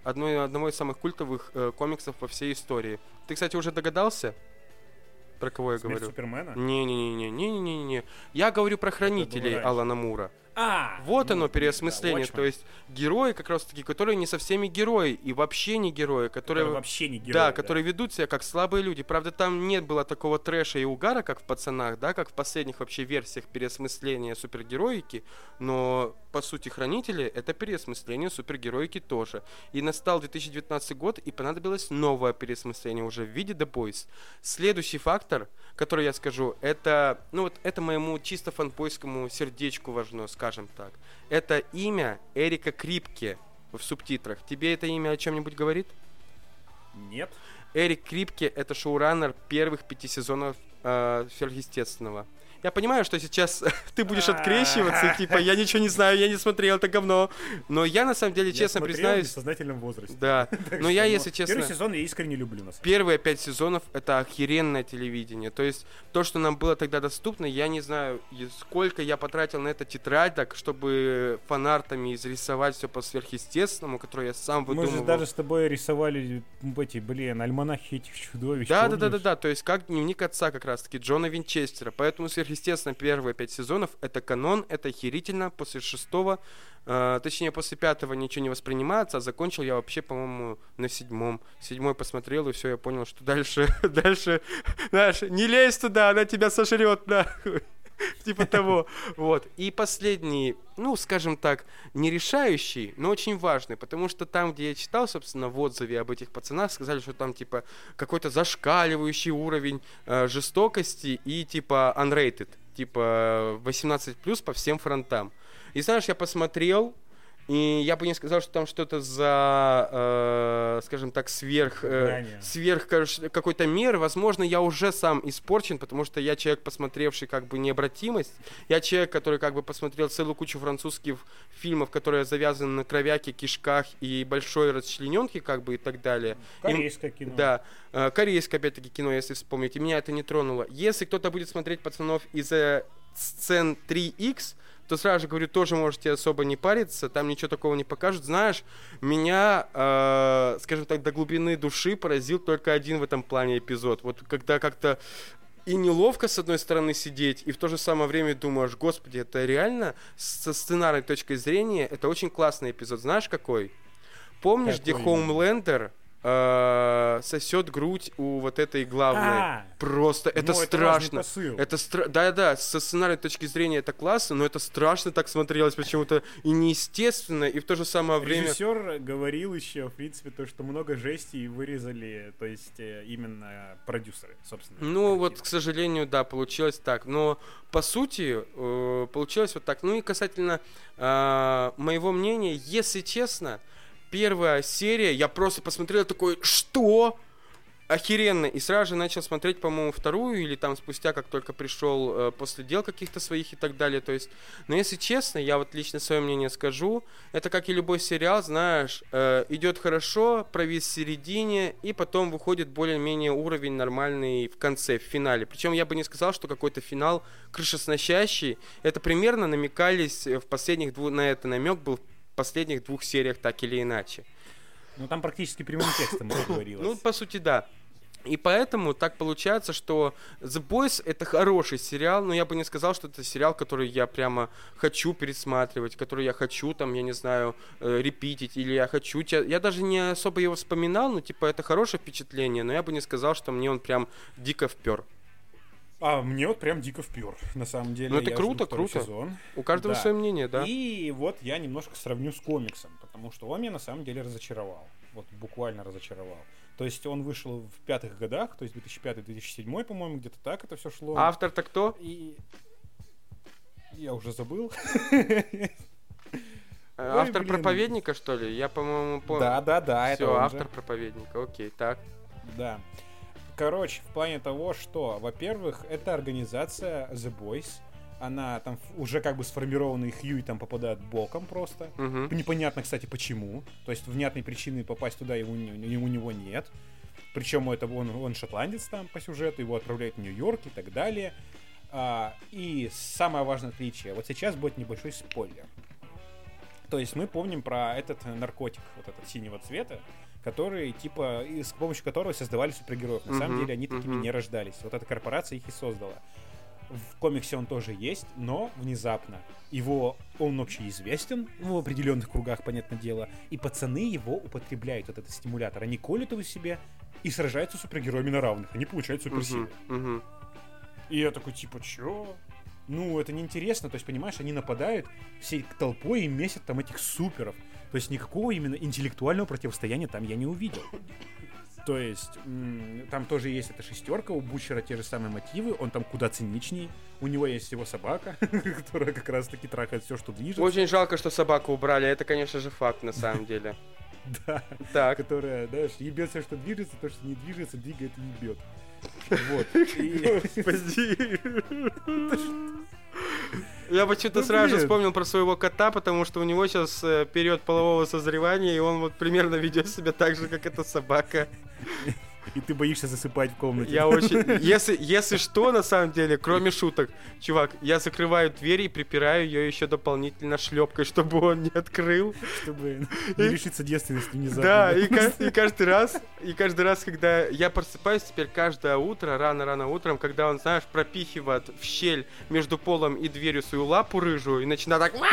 Speaker 1: комиксов во всей истории. Ты, кстати, уже догадался, про кого я
Speaker 2: Смерть
Speaker 1: говорю?
Speaker 2: Супермена?
Speaker 1: Не. Я говорю про Хранителей Алана Мура. Вот оно, переосмысление. То есть герои, как раз таки, которые не со всеми герои и вообще не герои, которые
Speaker 2: вообще не герои,
Speaker 1: да, которые ведут себя как слабые люди. Правда, там нет было такого трэша и угара, как в «Пацанах», да, как в последних вообще версиях переосмысления супергероики, но по сути Хранители — это переосмысление супергероики тоже. И настал 2019 год, и понадобилось новое переосмысление уже в виде The Boys. Следующий фактор, который я скажу, это, это моему чисто фанбойскому сердечку важно, скажем так. Это имя Эрика Крипке в субтитрах. Тебе это имя о чем-нибудь говорит?
Speaker 2: Нет.
Speaker 1: Эрик Крипке — это шоураннер первых 5 сезонов «Сверхъестественного». Я понимаю, что сейчас ты будешь открещиваться, типа, я ничего не знаю, я не смотрел, это говно. Но я, на самом деле, честно признаюсь...
Speaker 2: в сознательном возрасте.
Speaker 1: Да, но я, если честно...
Speaker 2: Первый сезон я искренне люблю, нас.
Speaker 1: Первые 5 сезонов — это охеренное телевидение. То есть, то, что нам было тогда доступно, я не знаю, сколько я потратил на это тетрадок, чтобы фанартами изрисовать все по сверхъестественному, которое я сам выдумывал.
Speaker 2: Мы же даже с тобой рисовали эти, альманахи этих чудовищ.
Speaker 1: Да. То есть, как дневник отца, как раз-таки, Джона Винчестера. Поэтому естественно, первые 5 сезонов — это канон, это охерительно. После 6-го, точнее, после 5-го ничего не воспринимается, а закончил я вообще, по-моему, на 7-м. 7-й посмотрел, и все, я понял, что дальше, знаешь, не лезь туда, она тебя сожрет, нахуй. Типа того. Вот. И последний, ну, скажем так, не решающий, но очень важный, потому что там, где я читал, собственно, в отзыве об этих пацанах, сказали, что там, типа, какой-то зашкаливающий уровень жестокости и, типа, unrated, типа, 18+ по всем фронтам. И, знаешь, я посмотрел, и я бы не сказал, что там что-то за, скажем так, сверх какой-то меры. Возможно, я уже сам испорчен, потому что я человек, посмотревший как бы необратимость. Я человек, который как бы посмотрел целую кучу французских фильмов, которые завязаны на кровяке, кишках и большой расчлененке, как бы, и так далее.
Speaker 2: Корейское кино.
Speaker 1: Да, корейское, опять-таки, кино, если вспомнить. И меня это не тронуло. Если кто-то будет смотреть «Пацанов» из-за сцен 3Х, то сразу же говорю, тоже можете особо не париться, там ничего такого не покажут. Знаешь, меня, скажем так, до глубины души поразил только один в этом плане эпизод. Вот когда как-то и неловко, с одной стороны, сидеть, и в то же самое время думаешь, господи, это реально со сценарной точки зрения, это очень классный эпизод. Знаешь, какой? Помнишь, где Хоумлендер сосет грудь у вот этой главной? Просто это страшно. Да, со сценарной точки зрения это классно, но это страшно так смотрелось почему-то и неестественно, и в то же самое время...
Speaker 2: Режиссер говорил еще, в принципе, то, что много жести вырезали, то есть именно продюсеры, собственно.
Speaker 1: Ну вот, к сожалению, да, получилось так. Но по сути получилось вот так. Ну и касательно моего мнения, если честно, первая серия, я просто посмотрел такой, что? Охеренно. И сразу же начал смотреть, по-моему, вторую, или там спустя, как только пришел после дел каких-то своих и так далее. То есть, но если честно, я вот лично свое мнение скажу, это как и любой сериал, знаешь, идет хорошо, провис в середине, и потом выходит более-менее уровень нормальный в конце, в финале. Причем я бы не сказал, что какой-то финал крышесносящий. Это примерно намекались в последних на это намек был в последних 2 сериях, так или иначе.
Speaker 2: Ну, там практически прямым текстом это говорилось.
Speaker 1: Ну, по сути, да. И поэтому так получается, что The Boys — это хороший сериал, но я бы не сказал, что это сериал, который я прямо хочу пересматривать, который я хочу, там, я не знаю, репитить, или я хочу... Я даже не особо его вспоминал, но, типа, это хорошее впечатление, но я бы не сказал, что мне он прям дико впер.
Speaker 2: А мне вот прям дико впер, на самом деле.
Speaker 1: Ну это круто.
Speaker 2: Сезон.
Speaker 1: У каждого свое мнение, да.
Speaker 2: И вот я немножко сравню с комиксом, потому что он меня на самом деле разочаровал. Вот буквально разочаровал. То есть он вышел в 5-х годах, то есть 2005-2007, по-моему, где-то так это все шло.
Speaker 1: А автор-то кто?
Speaker 2: И... Я уже забыл.
Speaker 1: Автор «Проповедника», что ли? Я, по-моему, помню.
Speaker 2: Да,
Speaker 1: все, автор «Проповедника», окей, так.
Speaker 2: Да. Короче, в плане того, что, во-первых, это организация The Boys. Она там уже как бы сформированный Хьюи там попадает боком просто. Непонятно, кстати, почему. То есть внятной причины попасть туда у него нет. Причем это он шотландец там по сюжету, его отправляют в Нью-Йорк и так далее. И самое важное отличие. Вот сейчас будет небольшой спойлер. То есть мы помним про этот наркотик, вот этот синего цвета, который, типа, с помощью которого создавали супергероев. На самом деле они такими не рождались. Вот эта корпорация их и создала. В комиксе он тоже есть, но внезапно он общеизвестен в определенных кругах, понятное дело, и пацаны его употребляют, вот этот стимулятор. Они колют его себе и сражаются с супергероями на равных. Они получают суперсилы. И я такой, типа, чё? Ну, это неинтересно. То есть, понимаешь, они нападают всей толпой и месят там этих суперов. То есть никакого именно интеллектуального противостояния там я не увидел. То есть там тоже есть эта 6, у Бутчера те же самые мотивы, он там куда циничней. У него есть его собака, которая как раз таки трахает все, что движется.
Speaker 1: Очень жалко, что собаку убрали, это, конечно же, факт на самом деле.
Speaker 2: Да.
Speaker 1: Так.
Speaker 2: Которая, знаешь, ебет все, что движется, то, что не движется, двигает и ебет. Вот.
Speaker 1: Господи. Я почему-то
Speaker 2: Ну,
Speaker 1: сразу же
Speaker 2: блин.
Speaker 1: вспомнил про своего кота, потому что у него сейчас период полового созревания, и он вот примерно ведет себя так же, как эта собака.
Speaker 2: И ты боишься засыпать в комнате.
Speaker 1: Я очень... Если что, на самом деле, кроме шуток, чувак, я закрываю дверь и припираю ее еще дополнительно шлепкой, чтобы он не открыл.
Speaker 2: Чтобы не лишиться девственности внезапно.
Speaker 1: Да, и каждый раз, когда я просыпаюсь теперь каждое утро, рано-рано утром, когда он, знаешь, пропихивает в щель между полом и дверью свою лапу рыжую и начинает так...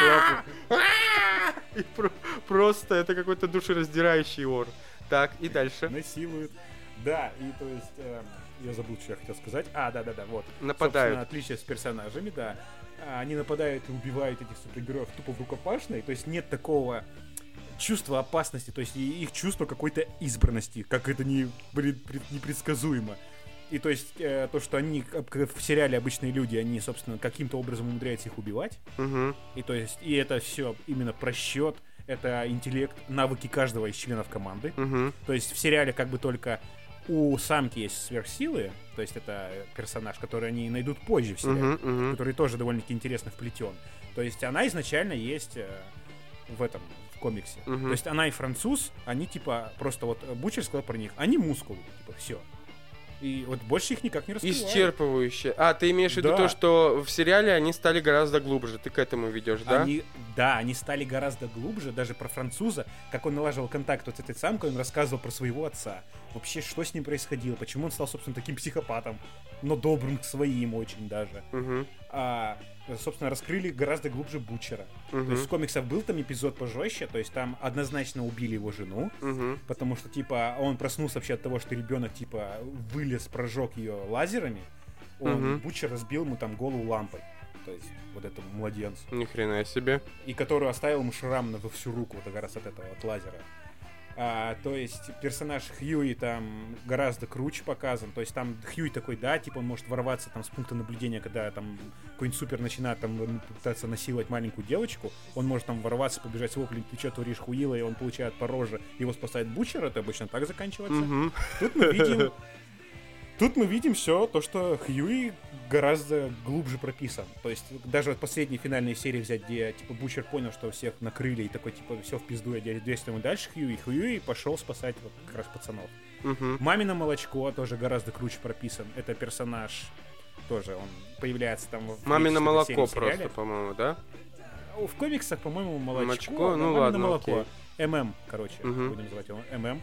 Speaker 1: И просто это какой-то душераздирающий ор. Так, и дальше.
Speaker 2: Насилуют. Да, и то есть, я забыл, что я хотел сказать. Да, вот.
Speaker 1: Нападают.
Speaker 2: Собственно, отличие с персонажами, да. Они нападают и убивают этих супергероев тупо в рукопашной, то есть нет такого чувства опасности, то есть их чувство какой-то избранности, как это непредсказуемо. И то есть то, что они, как в сериале «Обычные люди», они, собственно, каким-то образом умудряются их убивать.
Speaker 1: Угу.
Speaker 2: И то есть, и это все именно просчет, это интеллект, навыки каждого из членов команды.
Speaker 1: Угу.
Speaker 2: То есть в сериале как бы только у самки есть сверхсилы, то есть это персонаж, который они найдут позже в сериале, который тоже довольно-таки интересно вплетен. То есть она изначально есть в комиксе. То есть она и француз, они типа просто вот Бутчер сказал про них, они мускулы, типа все. И вот больше их никак не раскрывают.
Speaker 1: Исчерпывающе. Ты имеешь в виду
Speaker 2: Да.
Speaker 1: то, что в сериале они стали гораздо глубже. Ты к этому ведешь, да?
Speaker 2: Они стали гораздо глубже, даже про француза, как он налаживал контакт вот с этой самкой, он рассказывал про своего отца. Вообще, что с ним происходило, почему он стал, собственно, таким психопатом, но добрым к своим очень даже.
Speaker 1: Угу.
Speaker 2: Собственно, раскрыли гораздо глубже Бутчера. То есть в комиксах был там эпизод пожестче, то есть там однозначно убили его жену, потому что, типа, он проснулся вообще от того, что ребенок, типа, вылез, прожег ее лазерами, Бутчер разбил ему там голову лампой. То есть вот этому младенцу.
Speaker 1: Ни хрена себе.
Speaker 2: И которую оставил ему шрам во всю руку, вот как раз от этого, от лазера. То есть персонаж Хьюи там гораздо круче показан. То есть там Хьюи такой, да, типа он может ворваться там с пункта наблюдения, когда там какой-нибудь супер начинает там пытаться насиловать маленькую девочку. Он может там ворваться, побежать с воплем, ты что творишь, Хуила, и он получает по роже, его спасает Бутчер, это обычно так заканчивается. Тут мы видим все то, что Хьюи гораздо глубже прописан. То есть даже вот последние финальные серии взять, где типа Бутчер понял, что всех накрыли и такой типа все в пизду, я действуем дальше Хьюи пошел спасать вот как раз пацанов. Мамино молочко тоже гораздо круче прописан. Это персонаж тоже, он появляется там в
Speaker 1: Мамино молоко
Speaker 2: сериале.
Speaker 1: просто, по-моему, да?
Speaker 2: В комиксах, по-моему, молочко.
Speaker 1: Ну
Speaker 2: Мамино
Speaker 1: ладно,
Speaker 2: молоко. ММ, короче, будем называть его ММ.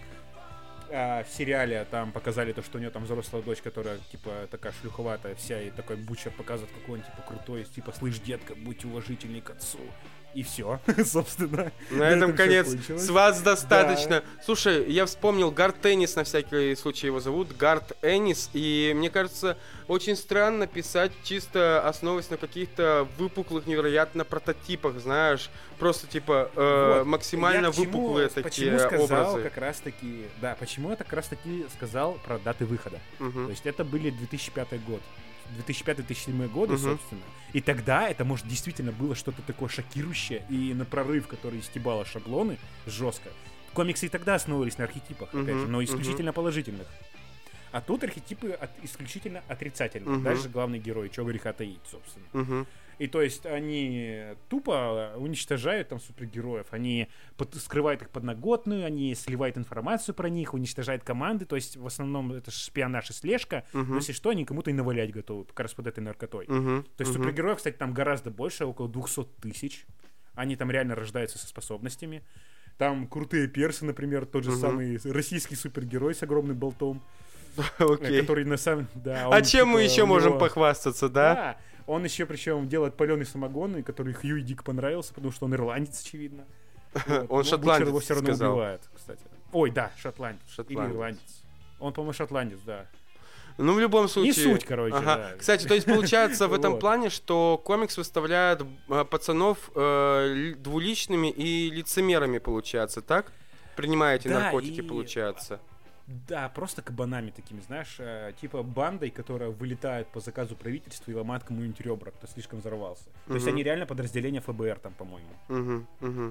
Speaker 2: В сериале там показали то, что у нее там взрослая дочь, которая, типа, такая шлюховатая вся, и такой Бутчер показывает, какой он, типа, крутой, типа, слышь, детка, будь уважительней к отцу. И все, собственно.
Speaker 1: На этом конец. С вас достаточно. Да. Слушай, я вспомнил Гард Эннис, на всякий случай его зовут, Гард Эннис, и мне кажется, очень странно писать, чисто основываясь на каких-то выпуклых, невероятно прототипах, знаешь, просто типа вот. Максимально выпуклые такие образы.
Speaker 2: Как раз таки, да, почему я как раз таки сказал про даты выхода. То есть это были 2005 год. 2005-2007 годы, собственно. И тогда это, может, действительно было что-то такое шокирующее и на прорыв, который стебало шаблоны жестко. Комиксы и тогда основывались на архетипах, опять же, но исключительно положительных. А тут архетипы исключительно отрицательные. Дальше главный герой, чего греха таить, собственно. И то есть они тупо уничтожают там супергероев, они скрывают их подноготную, они сливают информацию про них, уничтожают команды, то есть в основном это шпионаж и слежка, но если что, они кому-то и навалять готовы, как раз под этой наркотой. То есть супергероев, кстати, там гораздо больше, около 200 тысяч, они там реально рождаются со способностями. Там крутые персы, например, тот же самый российский супергерой с огромным болтом. Который на самом...
Speaker 1: Да, чем мы еще можем похвастаться, да?
Speaker 2: Да. Он еще, причем, делает паленый самогон, который Хьюи дико понравился, потому что он ирландец, очевидно.
Speaker 1: Он шотландец,
Speaker 2: его все равно
Speaker 1: сказал.
Speaker 2: убивает, кстати. Ой, да, шотландец. Или ирландец. Он, по-моему, шотландец, да.
Speaker 1: Ну, в любом случае...
Speaker 2: Не суть, короче, да.
Speaker 1: Кстати, то есть получается в этом плане, что комикс выставляет пацанов двуличными и лицемерами, получается, так? Принимаете наркотики, получается.
Speaker 2: Да, просто кабанами такими, знаешь, типа бандой, которая вылетает по заказу правительства и ломает кому-нибудь ребра, кто слишком взорвался. То есть они реально подразделение ФБР там, по-моему.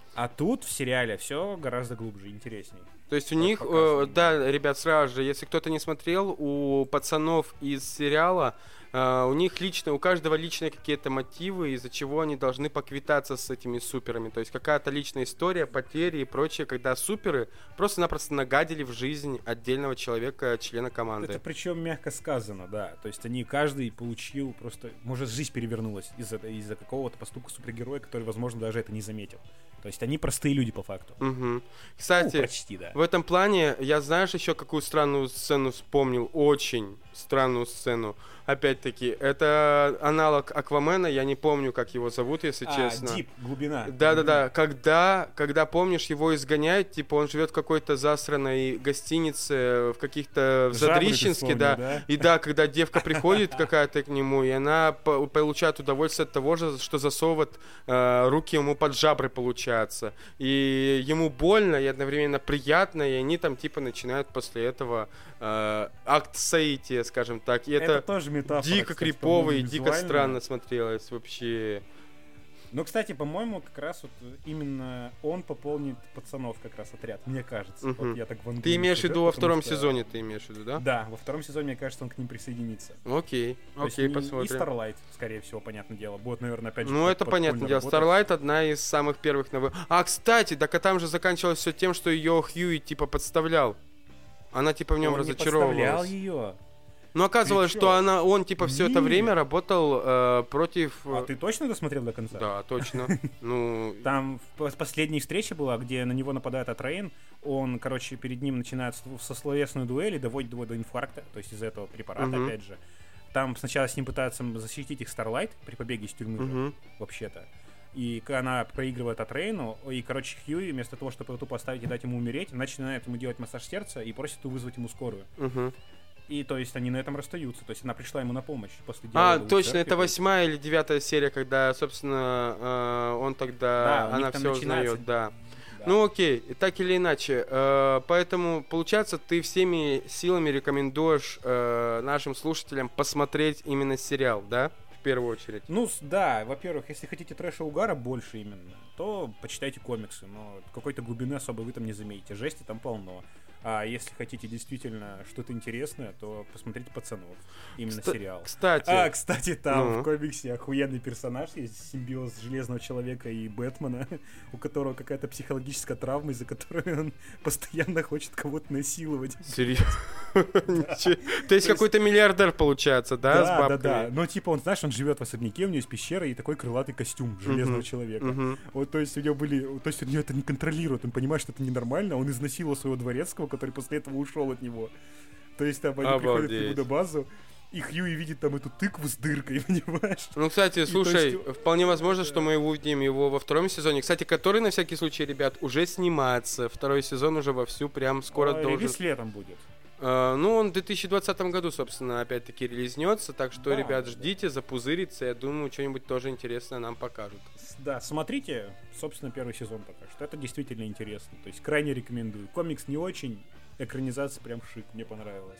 Speaker 2: А тут в сериале все гораздо глубже, интересней.
Speaker 1: То есть у них, да, ребят, сразу же, если кто-то не смотрел, у пацанов из сериала, у них лично, у каждого личные какие-то мотивы, из-за чего они должны поквитаться с этими суперами. То есть какая-то личная история, потери и прочее, когда суперы просто-напросто нагадили в жизнь отдельного человека, члена команды.
Speaker 2: Это причем мягко сказано, да. То есть они каждый получил просто... Может, жизнь перевернулась из-за какого-то поступка супергероя, который, возможно, даже это не заметил. То есть они простые люди по факту.
Speaker 1: Угу. Кстати,
Speaker 2: почти, да.
Speaker 1: В этом плане я, знаешь, еще какую странную сцену вспомнил? Очень странную сцену. Опять-таки, это аналог Аквамена, я не помню, как его зовут, если честно.
Speaker 2: Дип, глубина.
Speaker 1: Да-да-да, когда, помнишь, его изгоняют, типа он живет в какой-то засранной гостинице, в каких-то в Задрищенске, да. И да, когда девка приходит какая-то к нему, и она получает удовольствие от того же, что засовывает руки ему под жабры, получается. И ему больно, и одновременно приятно, и они там типа начинают после этого акт соития, скажем так. И это
Speaker 2: тоже метафора,
Speaker 1: дико крипово и дико странно смотрелось вообще.
Speaker 2: Ну, кстати, по-моему, как раз вот именно он пополнит пацанов как раз отряд, мне кажется. Вот я так
Speaker 1: Ты имеешь в виду во втором сезоне, ты имеешь в виду, да?
Speaker 2: Да, во втором сезоне, мне кажется, он к ним присоединится.
Speaker 1: Окей, посмотрим.
Speaker 2: И Starlight, скорее всего, понятное дело. Будет, наверное, опять же...
Speaker 1: Ну, это понятное дело. Starlight одна из самых первых новых... кстати, так там же заканчивалось все тем, что ее Хьюи, типа, подставлял. Она, типа, в нем разочаровывалась.
Speaker 2: Он не подставлял ее.
Speaker 1: Но оказывалось, что он, типа, все это время работал против...
Speaker 2: А ты точно досмотрел до конца?
Speaker 1: Да, точно. Ну...
Speaker 2: Там последняя встреча была, где на него нападает Атрейн. Он, короче, перед ним начинает со словесную дуэль и доводит его до инфаркта. То есть из-за этого препарата, опять же. Там сначала с ним пытаются защитить их Starlight при побеге из тюрьмы, вообще-то. И она проигрывает Атрейну, и, короче, Хьюи, вместо того, чтобы его тупо оставить и дать ему умереть, начинает ему делать массаж сердца и просит вызвать ему скорую. И, то есть, они на этом расстаются. То есть, она пришла ему на помощь после диалога.
Speaker 1: Точно, это 8-я или 9-я серия, когда, собственно, он тогда...
Speaker 2: Да,
Speaker 1: она все узнает, да. Ну окей, так или иначе. Поэтому, получается, ты всеми силами рекомендуешь нашим слушателям посмотреть именно сериал, да? В первую очередь.
Speaker 2: Ну, да, во-первых, если хотите трэша угара больше именно, то почитайте комиксы, но какой-то глубины особо вы там не заметите. Жести там полно. А если хотите действительно что-то интересное, то посмотрите «Пацанов». Именно сериал.
Speaker 1: Кстати,
Speaker 2: там в комиксе охуенный персонаж есть, симбиоз Железного Человека и Бэтмена, у которого какая-то психологическая травма, из-за которой он постоянно хочет кого-то насиловать.
Speaker 1: Серьезно? То есть какой-то миллиардер получается, да, с бабками?
Speaker 2: Да. Но типа он, знаешь, он живет в особняке, у него есть пещера и такой крылатый костюм Железного Человека. Вот, то есть у него это не контролирует, он понимает, что это ненормально, он изнасиловал своего дворецкого, который после этого ушел от него. То есть там они приходят к нему на базу, и Хьюи видит там эту тыкву с дыркой, понимаешь?
Speaker 1: Ну, кстати, слушай, вполне возможно, что мы увидим его во втором сезоне. Кстати, который, на всякий случай, ребят, уже снимается. Второй сезон уже вовсю прям скоро должен...
Speaker 2: Релиз летом будет.
Speaker 1: Ну, он в 2020 году, собственно, опять-таки релизнется, так что, ребят, ждите, запузырится, я думаю, что-нибудь тоже интересное нам покажут.
Speaker 2: Да, смотрите, собственно, первый сезон пока что, это действительно интересно, то есть крайне рекомендую. Комикс не очень, экранизация прям шик, мне понравилась.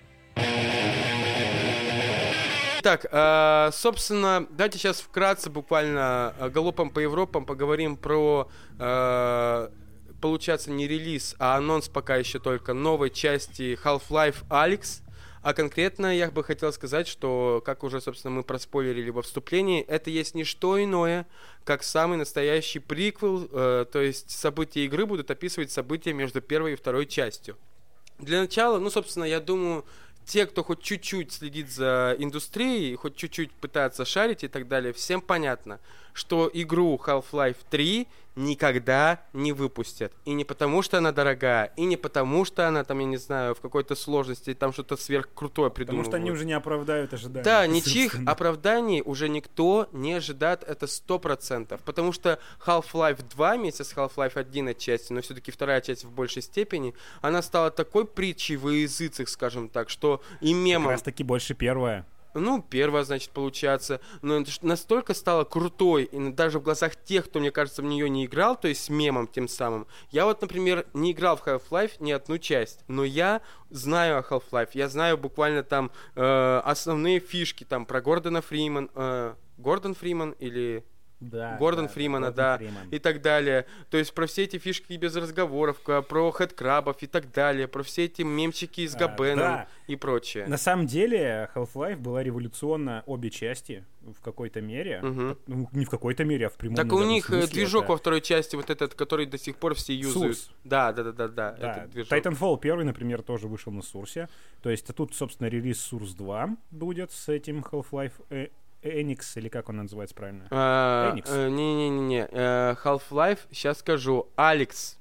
Speaker 1: Так, собственно, давайте сейчас вкратце, буквально галопом по Европам поговорим про... получается, не релиз, а анонс пока еще только новой части Half-Life Alyx. А конкретно я бы хотел сказать, что, как уже, собственно, мы проспойлерили во вступлении, это есть не что иное, как самый настоящий приквел, то есть события игры будут описывать события между первой и второй частью. Для начала, ну, собственно, я думаю, те, кто хоть чуть-чуть следит за индустрией, хоть чуть-чуть пытается шарить и так далее, всем понятно, что игру Half-Life 3 никогда не выпустят. И не потому, что она дорогая, и не потому, что она там, я не знаю, в какой-то сложности, там что-то сверхкрутое придумывают.
Speaker 2: Потому что они уже не оправдают ожидания.
Speaker 1: Да, ничьих оправданий уже никто не ожидает, это 100%. Потому что Half-Life 2 вместе с Half-Life 1 отчасти, но все-таки вторая часть в большей степени, она стала такой притчей во языцах, скажем так, что и мемом...
Speaker 2: Как раз таки больше первая.
Speaker 1: Ну, первая, значит, получается. Но настолько стала крутой, и даже в глазах тех, кто, мне кажется, в нее не играл, то есть с мемом тем самым. Я вот, например, не играл в Half-Life ни одну часть, но я знаю о Half-Life. Я знаю буквально там основные фишки там про Гордона Фриман. Гордон Фриман или... Гордон Фримана, и так далее. То есть про все эти фишки без разговоров, про хэдкрабов и так далее, про все эти мемчики с Габеном и прочее.
Speaker 2: На самом деле Half-Life была революционна обе части в какой-то мере. Ну, не в какой-то мере, а в прямом
Speaker 1: Так у них
Speaker 2: смысле
Speaker 1: движок во второй части, вот этот, который до сих пор все юзают.
Speaker 2: Source.
Speaker 1: Да, этот движок.
Speaker 2: Titanfall 1, например, тоже вышел на Source. То есть тут, собственно, релиз Source 2 будет с этим Half-Life Enix, или как он называется правильно?
Speaker 1: Enix. Не-не-не. Half-Life, сейчас скажу. Алекс.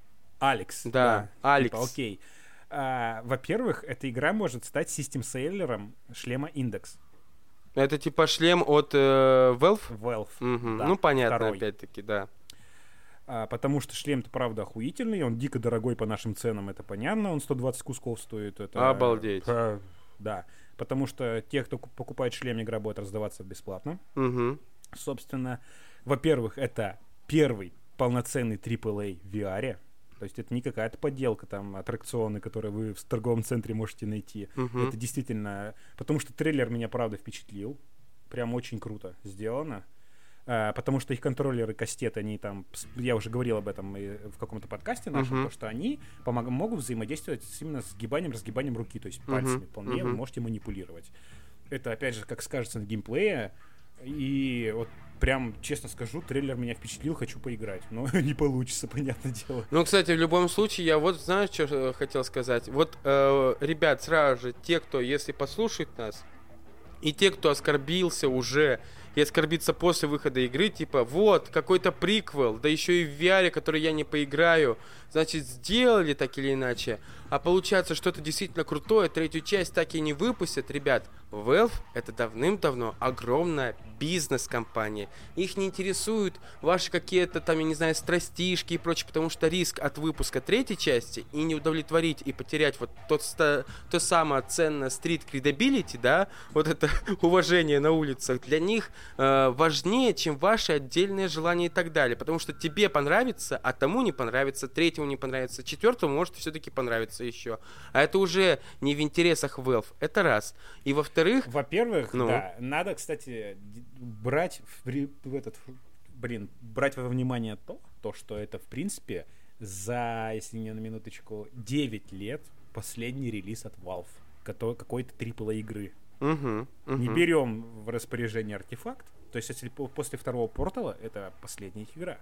Speaker 1: Да, Алекс.
Speaker 2: Типа, окей. Во-первых, эта игра может стать систем-селлером шлема Index.
Speaker 1: Это типа шлем от Valve?
Speaker 2: Valve,
Speaker 1: да. Ну, понятно,
Speaker 2: второй.
Speaker 1: Опять-таки, да.
Speaker 2: Потому что шлем-то, правда, охуительный, он дико дорогой по нашим ценам, это понятно, он 120 кусков стоит. Это,
Speaker 1: обалдеть.
Speaker 2: Да, потому что те, кто покупает шлем, игра будет раздаваться бесплатно. Собственно, во-первых, это первый полноценный AAA в VR. То есть это не какая-то подделка, там, аттракционы, которые вы в торговом центре можете найти. Это действительно... Потому что трейлер меня, правда, впечатлил. Прям очень круто сделано. Потому что их контроллеры кастет, они там... Я уже говорил об этом в каком-то подкасте нашем, то, что они могут взаимодействовать именно с разгибанием руки. То есть пальцами вполне вы можете манипулировать. Это, опять же, как скажется на геймплее. И вот прям, честно скажу, трейлер меня впечатлил, хочу поиграть. Но не получится, понятное дело.
Speaker 1: Ну, кстати, в любом случае, я вот, знаешь, что хотел сказать? Вот, ребят, сразу же, те, кто, если послушает нас, и те, кто оскорбился уже, и оскорбится после выхода игры, типа, вот, какой-то приквел, да еще и в VR, который я не поиграю, значит, сделали так или иначе, а получается, что это действительно крутое, третью часть так и не выпустят, ребят. Valve — это давным-давно огромная бизнес-компания. Их не интересуют ваши какие-то там, я не знаю, страстишки и прочее, потому что риск от выпуска третьей части и не удовлетворить, и потерять вот то самое ценное street credibility, да, вот это уважение на улицах, для них важнее, чем ваши отдельные желания и так далее. Потому что тебе понравится, а тому не понравится, третьему не понравится, четвертому может все-таки понравиться еще. А это уже не в интересах Valve. Это раз. И во-вторых...
Speaker 2: да, надо, кстати, брать брать во внимание то, что это, в принципе, за, если не на минуточку, 9 лет последний релиз от Valve какой-то AAA игры. Не берем в распоряжение артефакт. То есть, если после второго портала, это последняя их игра.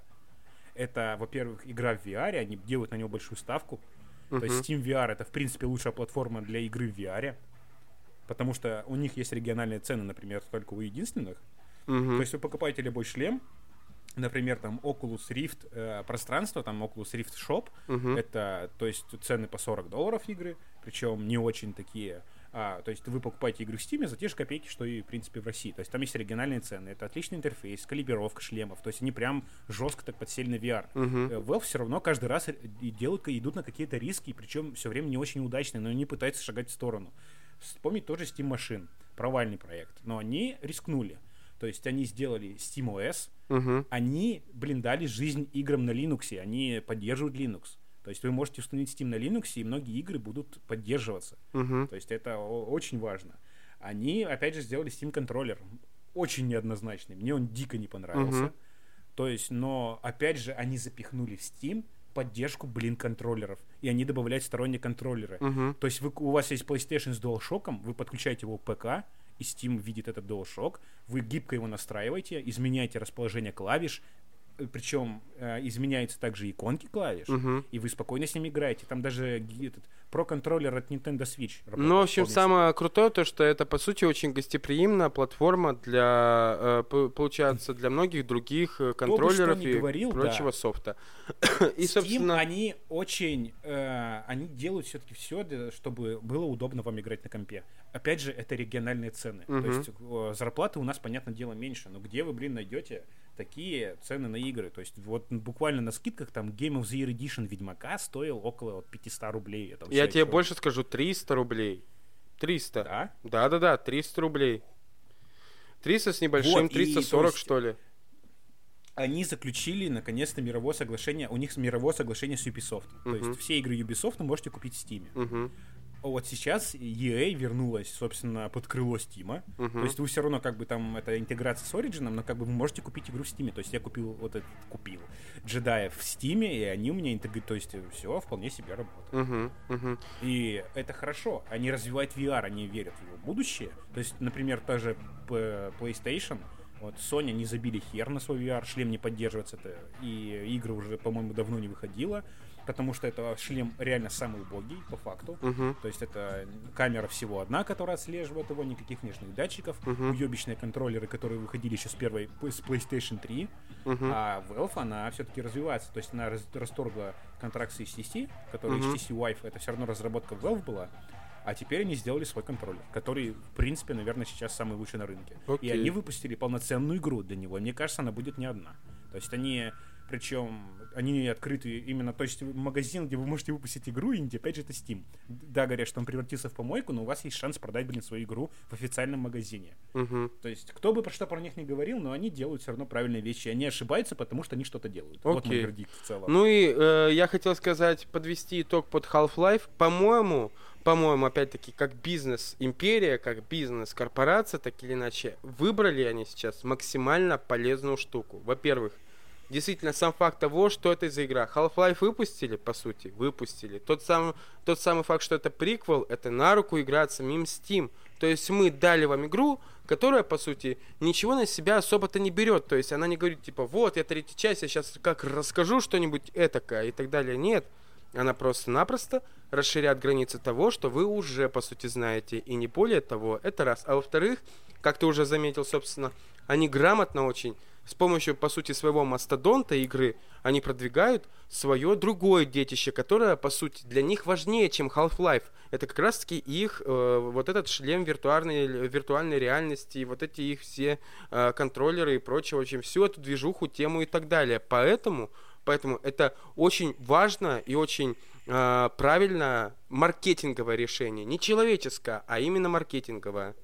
Speaker 2: Это, во-первых, игра в VR, они делают на него большую ставку. То есть Steam VR — это, в принципе, лучшая платформа для игры в VR. Потому что у них есть региональные цены, например, только у единственных. То есть вы покупаете любой шлем, например, там Oculus Rift пространство, там Oculus Rift Shop, это, то есть цены по $40 игры, причем не очень такие. То есть вы покупаете игру в Steam за те же копейки, что и, в принципе, в России. То есть там есть оригинальные цены, это отличный интерфейс, калибровка шлемов, то есть они прям жестко так подсели на VR. Valve все равно каждый раз идут на какие-то риски, причем все время не очень удачные, но они пытаются шагать в сторону. Вспомнить тоже Steam Machine, провальный проект, но они рискнули. То есть они сделали SteamOS, они, дали жизнь играм на Linux, они поддерживают Linux. То есть вы можете установить Steam на Linux, и многие игры будут поддерживаться. То есть это очень важно. Они, опять же, сделали Steam контроллер. Очень неоднозначный. Мне он дико не понравился. То есть, но, опять же, они запихнули в Steam поддержку, контроллеров. И они добавляют сторонние контроллеры. То есть у вас есть PlayStation с DualShock, вы подключаете его к ПК, и Steam видит этот DualShock, вы гибко его настраиваете, изменяете расположение клавиш, причем изменяются также иконки клавиш, и вы спокойно с ними играете. Там даже Pro-контроллер от Nintendo Switch работает.
Speaker 1: Ну, в общем, самое крутое то, что это, по сути, очень гостеприимная платформа для, получается, для многих других контроллеров и прочего софта.
Speaker 2: И, собственно, они очень, они делают все-таки все, чтобы было удобно вам играть на компе. Опять же, это региональные цены. То есть зарплаты у нас, понятное дело, меньше, но где вы, найдете такие цены на игры? То есть вот буквально на скидках там Game of the Year Edition Ведьмака стоил около 500 рублей. Это
Speaker 1: я тебе больше скажу, 300 рублей. 300.
Speaker 2: Да?
Speaker 1: Да, 300 рублей. 300 с небольшим, 340, что ли.
Speaker 2: Они заключили, наконец-то, мировое соглашение. У них мировое соглашение с Ubisoft. То есть все игры Ubisoft вы можете купить в Steam. вот сейчас EA вернулась, собственно, под крыло Steam. То есть вы все равно, как бы, там, это интеграция с Origin, но, как бы, вы можете купить игру в Steam. То есть я купил джедаев в Steam, и они у меня интегрируют. То есть все вполне себе работает. И это хорошо. Они развивают VR, они верят в его будущее. То есть, например, та же PlayStation, вот, Sony не забили хер на свой VR, шлем не поддерживается, и игры уже, по-моему, давно не выходила. Потому что это шлем реально самый убогий, по факту. То есть это камера всего одна, которая отслеживает его, никаких внешних датчиков. Уебищные контроллеры, которые выходили еще с PlayStation 3. А Valve, она все-таки развивается. То есть она расторгла контракт с HTC, который HTC Vive, это все равно разработка Valve была. А теперь они сделали свой контроллер, который, в принципе, наверное, сейчас самый лучший на рынке. И они выпустили полноценную игру для него. Мне кажется, она будет не одна. То есть причем они открыты именно, то есть магазин, где вы можете выпустить игру инди, опять же, это Steam. Да, говорят, что он превратился в помойку, но у вас есть шанс продать, свою игру в официальном магазине. То есть кто бы про них не говорил, но они делают все равно правильные вещи. Они ошибаются, потому что они что-то делают. Вот мой вердикт в целом.
Speaker 1: Ну и я хотел сказать, подвести итог под Half-Life. По-моему, опять-таки, как бизнес-империя, как бизнес-корпорация, так или иначе, выбрали они сейчас максимально полезную штуку. Во-первых, действительно, сам факт того, что это за игра. Half-Life выпустили, по сути, выпустили. Тот самый факт, что это приквел, это на руку играть самим Steam. То есть мы дали вам игру, которая, по сути, ничего на себя особо-то не берет. То есть она не говорит, типа, вот, я третья часть, я сейчас как расскажу что-нибудь этакое и так далее. Нет. Она просто-напросто расширяет границы того, что вы уже, по сути, знаете. И не более того, это раз. А во-вторых, как ты уже заметил, собственно, они грамотно очень, с помощью, по сути, своего мастодонта игры, они продвигают свое другое детище, которое, по сути, для них важнее, чем Half-Life. Это как раз-таки их вот этот шлем виртуальной реальности, вот эти их все контроллеры и прочее, в общем, всю эту движуху, тему и так далее. Поэтому это очень важно и очень правильно маркетинговое решение. Не человеческое, а именно маркетинговое.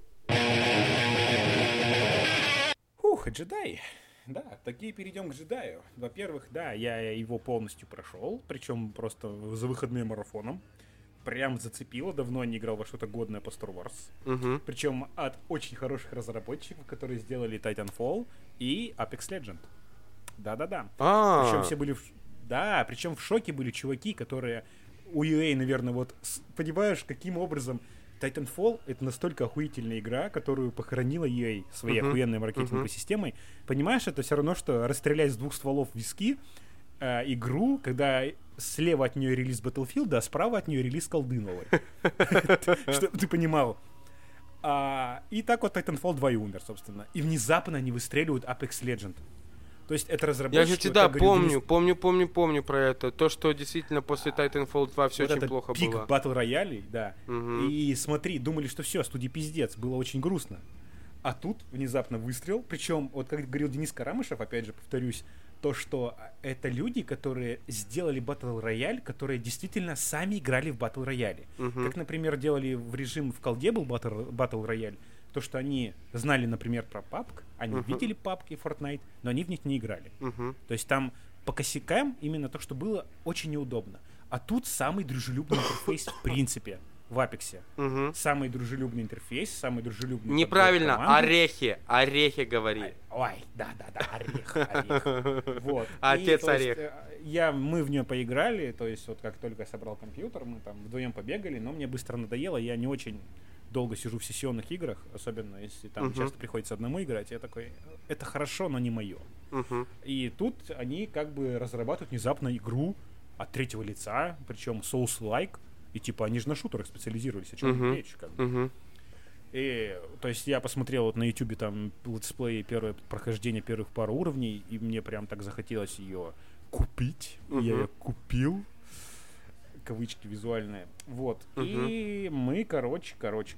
Speaker 2: Джедай. Да, такие перейдем к джедаю. Во-первых, да, я его полностью прошел, причем просто за выходные марафоном. Прям зацепило, давно не играл во что-то годное по Star Wars. Причем от очень хороших разработчиков, которые сделали Titanfall и Apex Legends. Да-да-да. Причем все были... Да, причем в шоке были чуваки, которые у EA, наверное, вот... Понимаешь, каким образом... Titanfall — это настолько охуительная игра, которую похоронила EA своей охуенной маркетинговой системой. Понимаешь, это все равно, что расстрелять с двух стволов виски игру, когда слева от нее релиз Battlefield, а справа от нее релиз колды новой. Чтобы ты понимал. И так вот Titanfall 2 и умер, собственно. И внезапно они выстреливают Apex Legends. То есть это разработчики...
Speaker 1: Я, кстати, да, помню про это. То, что действительно после Titanfall 2 все вот очень плохо
Speaker 2: пик
Speaker 1: было.
Speaker 2: Пик батл роялей, да. И смотри, думали, что все, студии пиздец. Было очень грустно. А тут внезапно выстрел. Причем, вот как говорил Денис Карамышев, опять же, повторюсь, то, что это люди, которые сделали батл рояль, которые действительно сами играли в батл рояле. Как, например, делали в режим в колде был батл рояль. То, что они знали, например, про PUBG, они видели PUBG и Fortnite, но они в них не играли. То есть там по косякам именно то, что было очень неудобно. А тут самый дружелюбный интерфейс в принципе в Апексе. Самый дружелюбный интерфейс, самый дружелюбный...
Speaker 1: Неправильно, орехи говори.
Speaker 2: Ой, да, орех. Вот.
Speaker 1: Отец орех.
Speaker 2: Мы в нее поиграли, то есть вот как только я собрал компьютер, мы там вдвоем побегали, но мне быстро надоело, я не очень... долго сижу в сессионных играх, особенно если там часто приходится одному играть, я такой, это хорошо, но не мое. И тут они как бы разрабатывают внезапно игру от третьего лица, причем Souls-like, и типа они же на шутерах специализировались, о чем речь, как бы. И, то есть я посмотрел вот на YouTube там летсплей, первое прохождение первых пару уровней, и мне прям так захотелось ее купить. Я ее купил. Кавычки визуальные. Вот. И мы, короче,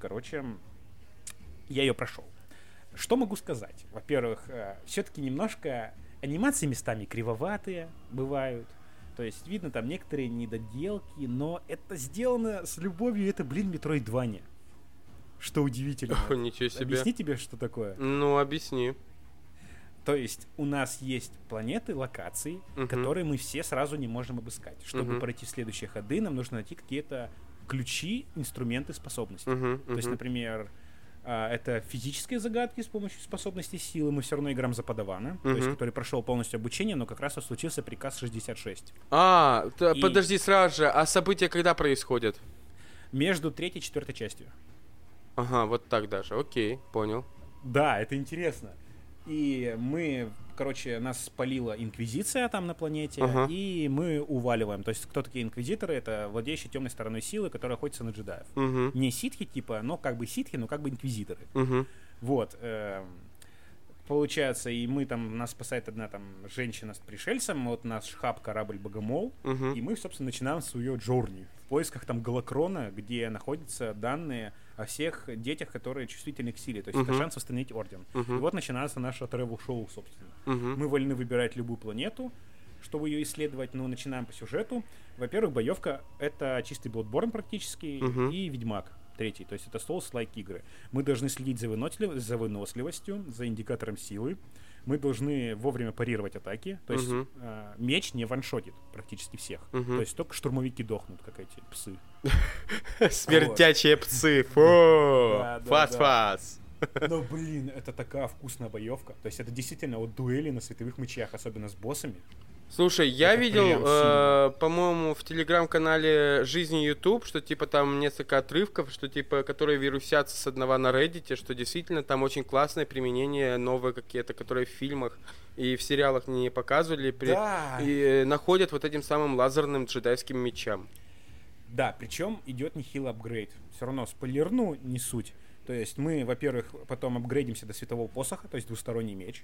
Speaker 2: я ее прошел. Что могу сказать? Во-первых, все-таки немножко анимации местами кривоватые бывают. То есть видно там некоторые недоделки, но это сделано с любовью, это, Metroidvania. Что удивительно.
Speaker 1: Ничего себе.
Speaker 2: Объясни тебе, что такое?
Speaker 1: Ну, объясни.
Speaker 2: То есть у нас есть планеты, локации, которые мы все сразу не можем обыскать. Чтобы пройти следующие ходы, нам нужно найти какие-то ключи, инструменты, способности. То есть, например, это физические загадки с помощью способностей силы. Мы все равно играем за подавана, то есть, который прошел полностью обучение, но как раз вот случился приказ 66.
Speaker 1: Подожди сразу же, а события когда происходят?
Speaker 2: Между 3-й и 4-й частью.
Speaker 1: Ага, вот так даже, окей, понял.
Speaker 2: Да, это интересно. И нас спалила инквизиция там на планете, и мы уваливаем. То есть, кто такие инквизиторы? Это владеющие темной стороной силы, которые охотятся на джедаев. Не ситхи, типа, но как бы ситхи, но как бы инквизиторы. Вот. Получается, и нас спасает одна там женщина с пришельцем, вот наш хаб, корабль Богомол, и мы, собственно, начинаем свою джорни в поисках там Галакрона, где находятся данные о всех детях, которые чувствительны к силе, то есть это шанс восстановить орден. И вот начинается наше тревел-шоу, собственно. Мы вольны выбирать любую планету, чтобы ее исследовать, но начинаем по сюжету. Во-первых, боевка — это чистый Bloodborne практически, и Ведьмак. 3, то есть это Souls-like игры. Мы должны следить за выносливостью, за индикатором силы. Мы должны вовремя парировать атаки. То есть меч не ваншотит практически всех. То есть только штурмовики дохнут, как эти псы.
Speaker 1: Смердячие псы. Фу! Фас-фас!
Speaker 2: Но, блин, это такая вкусная боевка. То есть это действительно вот дуэли на световых мечах, особенно с боссами.
Speaker 1: Слушай, я видел, по-моему, в телеграм-канале «Жизни YouTube», что типа там несколько отрывков, что типа, которые вирусятся с одного на Reddit, что действительно там очень классное применение, новые какие-то, которые в фильмах и в сериалах не показывали, и находят вот этим самым лазерным джедайским мечам.
Speaker 2: Да, причем идет нехилый апгрейд. Все равно спойлерну, не суть. То есть мы, во-первых, потом апгрейдимся до светового посоха, то есть двусторонний меч.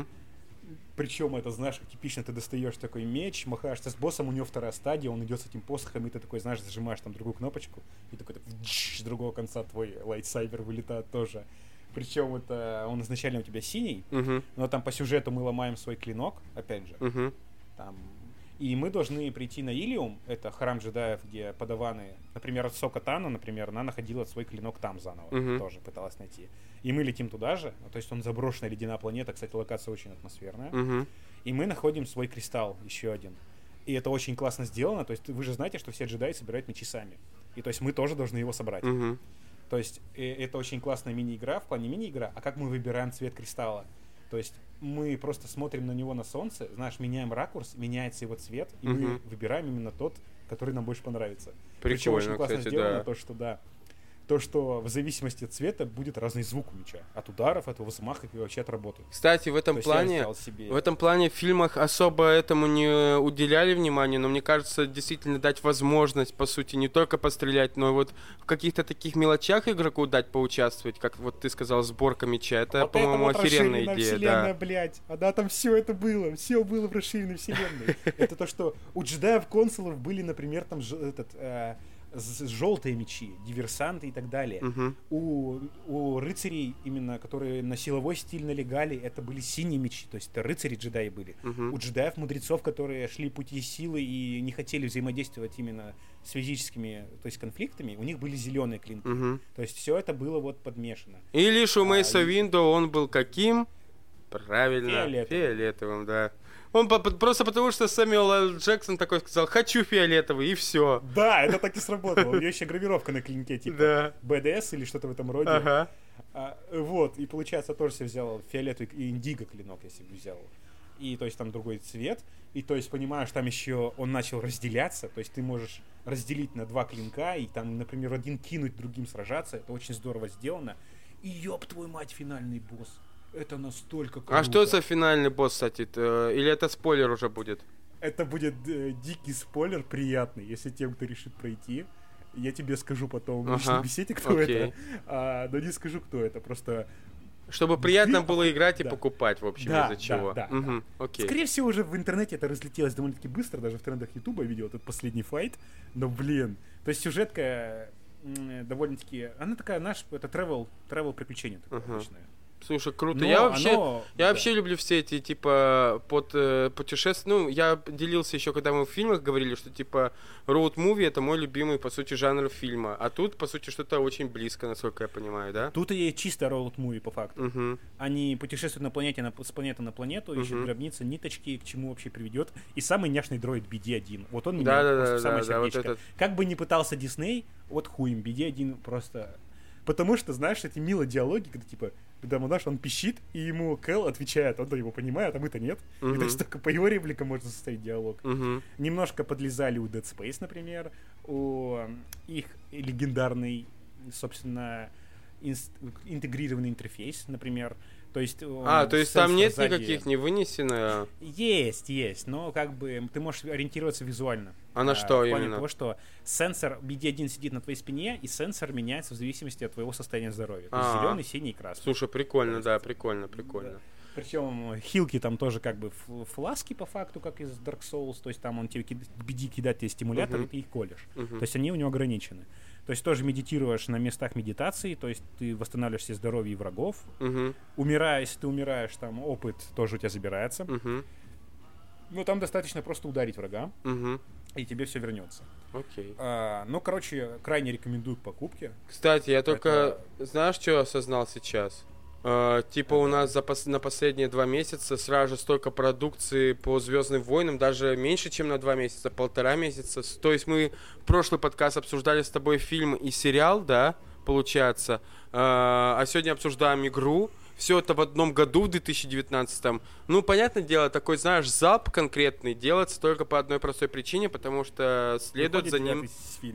Speaker 2: Причем это, знаешь, типично ты достаешь такой меч, махаешься с боссом, у него 2-я стадия, он идет с этим посохом, и ты такой, знаешь, зажимаешь там другую кнопочку, и такой с другого конца твой лайтсайбер вылетает тоже. Причем это он изначально у тебя синий, но там по сюжету мы ломаем свой клинок, опять же. Там. И мы должны прийти на Илиум, это храм джедаев, где подаваны, например, Сока Тано, например, она находила свой клинок там заново, тоже пыталась найти. И мы летим туда же, то есть он заброшенная ледяная планета, кстати, локация очень атмосферная. И мы находим свой кристалл, еще один. И это очень классно сделано, то есть вы же знаете, что все джедаи собирают мечи сами. И то есть мы тоже должны его собрать. То есть это очень классная мини-игра, в плане мини-игра, а как мы выбираем цвет кристалла? То есть мы просто смотрим на него на солнце, знаешь, меняем ракурс, меняется его цвет, и мы выбираем именно тот, который нам больше понравится.
Speaker 1: Прикольно,
Speaker 2: причем очень классно
Speaker 1: кстати,
Speaker 2: сделано, то, что в зависимости от цвета будет разный звук у меча. От ударов, от взмаха и вообще от работы.
Speaker 1: Кстати, в этом плане в фильмах особо этому не уделяли внимания, но мне кажется, действительно дать возможность, по сути, не только пострелять, но и вот в каких-то таких мелочах игроку дать поучаствовать, как вот ты сказал, сборка меча. Это, вот по-моему, это вот охеренная идея.
Speaker 2: Вселенная, блядь. Да, там все было в расширенной вселенной. Это то, что у джедаев-консулов были, например, там желтые мечи, диверсанты и так далее. У рыцарей, именно, которые на силовой стиль налегали, это были синие мечи, то есть это рыцари-джедаи были. У джедаев-мудрецов, которые шли пути силы и не хотели взаимодействовать именно с физическими, то есть конфликтами, у них были зеленые клинки. То есть все это было вот подмешано.
Speaker 1: И лишь у Мейса Виндо он был каким? Правильно, фиолетовым, да. Он просто потому, что Сэмюэл Л. Джексон такой сказал: хочу фиолетовый, и все.
Speaker 2: Да, это так и сработало. У нее еще гравировка на клинке, типа БДС или что-то в этом роде. Вот, и получается, тоже себе взял фиолетовый и индиго клинок, я себе взял. И то есть там другой цвет. И то есть, понимаешь, там еще он начал разделяться. То есть ты можешь разделить на 2 клинка и там, например, один кинуть, другим сражаться. Это очень здорово сделано. И ёб твою мать, финальный босс. Это настолько круто.
Speaker 1: А что за финальный босс, кстати? Или это спойлер уже будет?
Speaker 2: Это будет дикий спойлер, приятный, если тем, кто решит пройти. Я тебе скажу потом в личной беседе, кто это. Но не скажу, кто это. Просто...
Speaker 1: Чтобы приятно было играть и покупать, в общем, из-за чего.
Speaker 2: Да. Скорее всего, уже в интернете это разлетелось довольно-таки быстро. Даже в трендах Ютуба я видел этот последний файт. Но, блин. То есть сюжетка довольно-таки... Она такая, это travel приключение такое обычное.
Speaker 1: Слушай, круто.
Speaker 2: Но
Speaker 1: Я
Speaker 2: оно-
Speaker 1: вообще люблю все эти, типа, путешествия. Ну, я делился еще, когда мы в фильмах говорили, что, типа, роуд-муви — это мой любимый, по сути, жанр фильма. А тут, по сути, что-то очень близко, насколько я понимаю, да?
Speaker 2: Тут и чисто роуд-муви, по факту.
Speaker 1: Угу.
Speaker 2: Они путешествуют с планеты на планету, ищут
Speaker 1: Мгм.
Speaker 2: гробницы, ниточки, к чему вообще приведет. И самый няшный дроид BD-1. Вот он меня
Speaker 1: Да-да-да,
Speaker 2: просто в самое
Speaker 1: да, вот
Speaker 2: сердечко.
Speaker 1: этот.
Speaker 2: Как бы ни пытался Дисней, вот хуем, BD-1 просто... Потому что, знаешь, эти милые диалоги, когда, типа, когда Монаш, он пищит, и ему Кэл отвечает, он-то его понимает, а мы-то нет. И
Speaker 1: Мгм.
Speaker 2: то есть только по его репликам можно составить диалог.
Speaker 1: Угу.
Speaker 2: Немножко подлезали у Dead Space, например, у их легендарный, собственно, интегрированный интерфейс, например. То есть,
Speaker 1: То есть там
Speaker 2: сенсор
Speaker 1: нет
Speaker 2: сзади-
Speaker 1: никаких не вынесено?
Speaker 2: Есть, но как бы ты можешь ориентироваться визуально.
Speaker 1: А на что
Speaker 2: в плане
Speaker 1: именно?
Speaker 2: того, что сенсор BD-1 сидит на твоей спине, и сенсор меняется в зависимости от твоего состояния здоровья. То есть
Speaker 1: А.
Speaker 2: зеленый, синий и красный.
Speaker 1: Слушай, прикольно, да, прикольно.
Speaker 2: Причем хилки там тоже как бы фласки по факту, как из Dark Souls. То есть там он тебе BD кидает тебе стимулятор,
Speaker 1: Мгм.
Speaker 2: и ты их колешь.
Speaker 1: Мгм.
Speaker 2: То есть они у него ограничены. То есть тоже медитируешь на местах медитации, то есть ты восстанавливаешь себе здоровье и врагов.
Speaker 1: Угу.
Speaker 2: Если ты умираешь, там опыт тоже у тебя забирается.
Speaker 1: Угу.
Speaker 2: Но там достаточно просто ударить врага,
Speaker 1: Угу.
Speaker 2: и тебе все вернется.
Speaker 1: Окей.
Speaker 2: Короче, крайне рекомендую к покупке.
Speaker 1: Кстати, я только... Знаешь, что осознал сейчас? Типа у нас на последние 2 месяца сразу же столько продукции по Звездным войнам, даже меньше, чем на 2 месяца, 1,5 месяца. То есть мы в прошлый подкаст обсуждали с тобой фильм и сериал, да, получается, а сегодня обсуждаем игру. Все это в одном году, в 2019-м. Ну, понятное дело, такой, знаешь, залп конкретный делается только по одной простой причине, потому что следует за ним...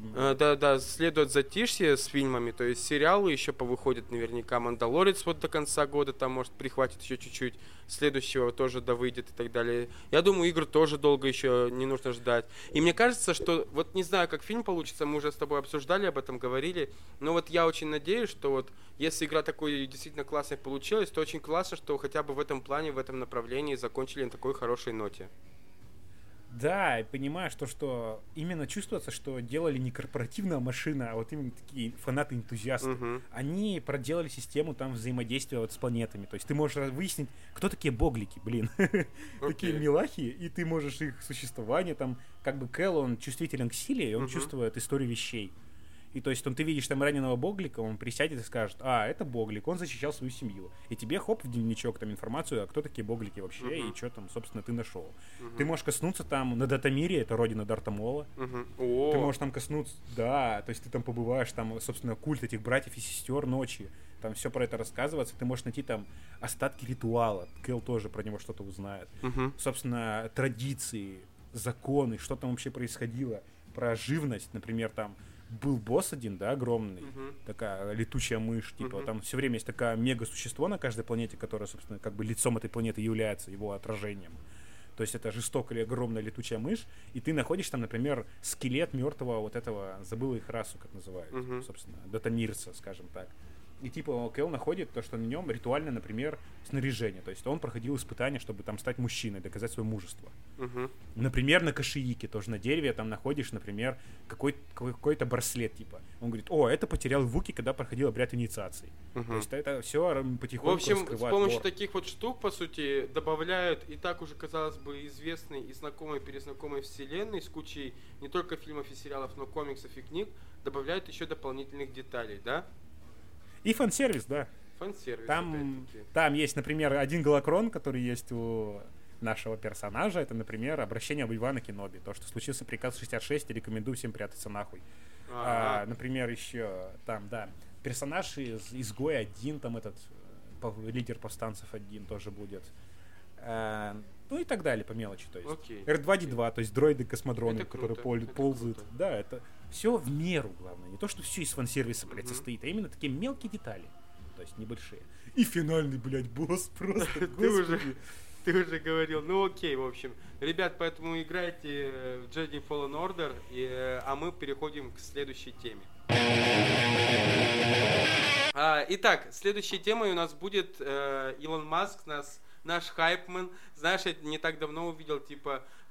Speaker 1: Да, следует затишье с фильмами, то есть сериалы еще повыходят наверняка. «Мандалорец» вот до конца года там, может, прихватит еще чуть-чуть. Следующего тоже довыйдет и так далее. Я думаю, игр тоже долго еще не нужно ждать. И мне кажется, что, вот не знаю, как фильм получится, мы уже с тобой обсуждали об этом, говорили, но вот я очень надеюсь, что вот если игра такой действительно классной получилась, то очень классно, что хотя бы в этом плане, в этом направлении закончили на такой хорошей ноте.
Speaker 2: Да, и понимаешь, что именно чувствуется, что делали не корпоративная машина, а вот именно такие фанаты-энтузиасты.
Speaker 1: Мгм.
Speaker 2: Они проделали систему там взаимодействия вот с планетами. То есть ты можешь выяснить, кто такие боглики, блин. Такие милахи, и ты можешь их существование там, как бы Кэл, он чувствителен к силе, и он чувствует историю вещей. И то есть ты видишь там раненого боглика, он присядет и скажет, это боглик, он защищал свою семью. И тебе хоп в дневничок там информацию, а кто такие боглики вообще, и что там, собственно, ты нашел. Ты можешь коснуться там на Датамире, это родина Дарта Мола. Ты можешь там коснуться, да, то есть ты там побываешь, там, собственно, культ этих братьев и сестер ночи. Там все про это рассказывается, ты можешь найти там остатки ритуала. Кэл тоже про него что-то узнает. Собственно, традиции, законы, что там вообще происходило. Про живность, например, там был босс один, да, огромный, такая летучая мышь, типа, там все время есть такое мега-существо на каждой планете, которое, собственно, как бы лицом этой планеты является, его отражением. То есть это жестокая или огромная летучая мышь, и ты находишь там, например, скелет мертвого вот этого, забыл их расу, как называют, собственно, датамирца, скажем так. И типа Кэл находит то, что на нем ритуально, например, снаряжение. То есть он проходил испытания, чтобы там стать мужчиной, доказать свое мужество. Например, на Кашиике, тоже на дереве, там находишь, например, какой-то браслет, типа. Он говорит, это потерял Вуки, когда проходил обряд инициации. То есть это все потихоньку
Speaker 1: В общем,
Speaker 2: раскрывает
Speaker 1: с помощью
Speaker 2: лор.
Speaker 1: таких вот штук, по сути, добавляют и так уже, казалось бы, известной и знакомой, перезнакомой вселенной с кучей не только фильмов и сериалов, но комиксов и книг, добавляют еще дополнительных деталей, да?
Speaker 2: И фан-сервис, да.
Speaker 1: Фан-сервис,
Speaker 2: Там
Speaker 1: опять-таки.
Speaker 2: есть, например, один голокрон, который есть у нашего персонажа. Это, например, обращение Оби-Вана Кеноби. То, что случился приказ 66, и рекомендую всем прятаться нахуй. Например, еще там, да, персонаж из Изгоя 1, там этот лидер повстанцев 1 тоже будет. Ну и так далее, по мелочи. То есть R2-D2, то есть дроиды-космодроны, которые ползают. Да, это все в меру, главное. Не то, что все из фан-сервиса, блядь, состоит, а именно такие мелкие детали. То есть небольшие. И финальный, блядь, босс просто, господи.
Speaker 1: Ты уже говорил. Ну окей, в общем. Ребят, поэтому играйте в Jedi Fallen Order, а мы переходим к следующей теме. Итак, следующей темой у нас будет Илон Маск, наш хайпмен. Знаешь, я не так давно увидел, типа,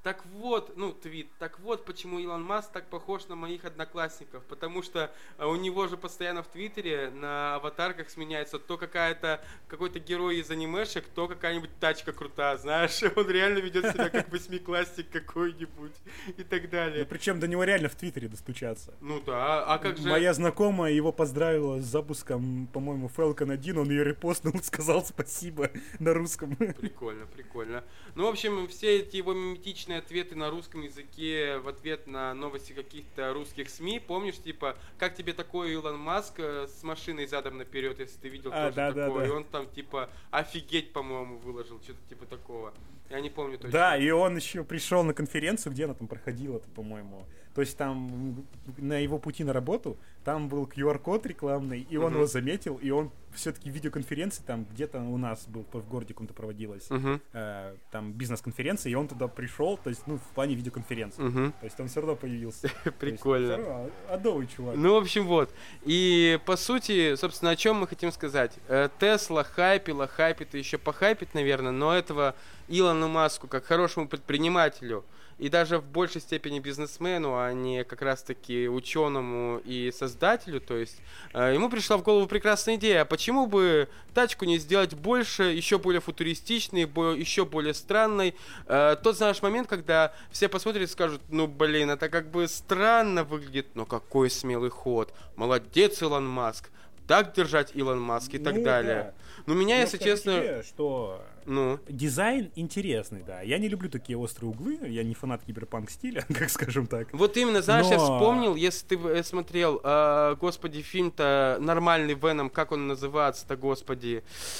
Speaker 1: Так вот, твит, так вот, почему Илон Маск так похож на моих одноклассников, потому что у него же постоянно в Твиттере на аватарках сменяется то какой-то герой из анимешек, то какая-нибудь тачка крутая, знаешь, он реально ведет себя как восьмиклассник какой-нибудь и так далее.
Speaker 2: Ну, причем до него реально в Твиттере достучаться.
Speaker 1: Ну да, а как же...
Speaker 2: Моя знакомая его поздравила с запуском, по-моему, Falcon 1, он ее репостнул, сказал спасибо на русском.
Speaker 1: Прикольно, прикольно. Ну, в общем, все эти его миметичные ответы на русском языке в ответ на новости каких-то русских СМИ, помнишь, типа, как тебе такой Илон Маск с машиной задом наперед, если ты видел тоже такое, и он там, типа, офигеть, по-моему, выложил, что-то типа такого. Я не помню точно.
Speaker 2: Да, и он еще пришел на конференцию, где она там проходила, по-моему. То есть там на его пути на работу, там был QR-код рекламный, и он его заметил, и он все-таки видеоконференции, там где-то у нас был, в городе каком-то проводилась, там бизнес-конференция, и он туда пришел, то есть, в плане видеоконференции. То есть он все равно появился.
Speaker 1: Прикольно.
Speaker 2: Адовый чувак.
Speaker 1: Ну, в общем, вот. И, по сути, собственно, о чем мы хотим сказать. Тесла хайпит и еще похайпит, наверное, но этого Илону Маску, как хорошему предпринимателю, и даже в большей степени бизнесмену, а не как раз-таки ученому и создателю, то есть ему пришла в голову прекрасная идея, почему бы тачку не сделать больше, еще более футуристичной, еще более странной. Тот, знаешь, момент, когда все посмотрят и скажут, это как бы странно выглядит, но какой смелый ход, молодец, Илон Маск, так держать Илон Маск и так далее.
Speaker 2: Да.
Speaker 1: Но меня, если честно...
Speaker 2: Тебе, что дизайн интересный, да. Я не люблю такие острые углы, я не фанат киберпанк стиля, как скажем так.
Speaker 1: Вот именно, знаешь, я вспомнил, если ты смотрел, господи, фильм-то нормальный Веном, как он называется-то, господи,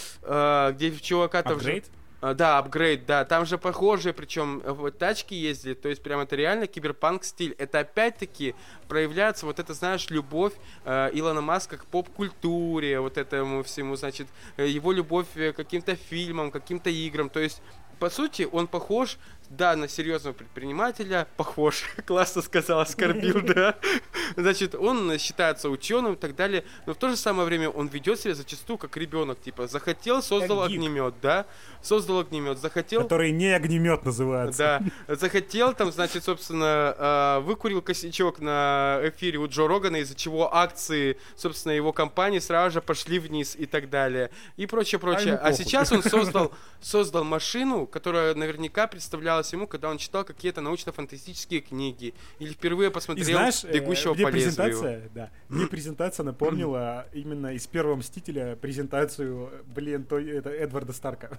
Speaker 1: где чувака там же... Да, апгрейд, да. Там же похожие, причем тачки ездили, то есть прям это реально киберпанк стиль. Это опять-таки проявляется вот это, знаешь, любовь Илона Маска к поп-культуре, вот этому всему, значит, его любовь к каким-то фильмам, каким-то играм. То есть, по сути, он похож, да, на серьезного предпринимателя, похож, классно сказал, оскорбил, да. Значит, он считается ученым и так далее, но в то же самое время он ведет себя зачастую как ребенок, типа, захотел, создал огнемет, да, создал огнемет, захотел...
Speaker 2: Который не огнемет называется.
Speaker 1: Да, захотел, там, значит, собственно, выкурил косячок на эфире у Джо Рогана, из-за чего акции, собственно, его компании сразу же пошли вниз и так далее, и прочее. А сейчас он создал машину, которая наверняка представляла ему, когда он читал какие-то научно-фантастические книги или впервые посмотрел «Бегущего по лезвию».
Speaker 2: Мне презентация напомнила именно из «Первого Мстителя» презентацию, Эдварда Старка.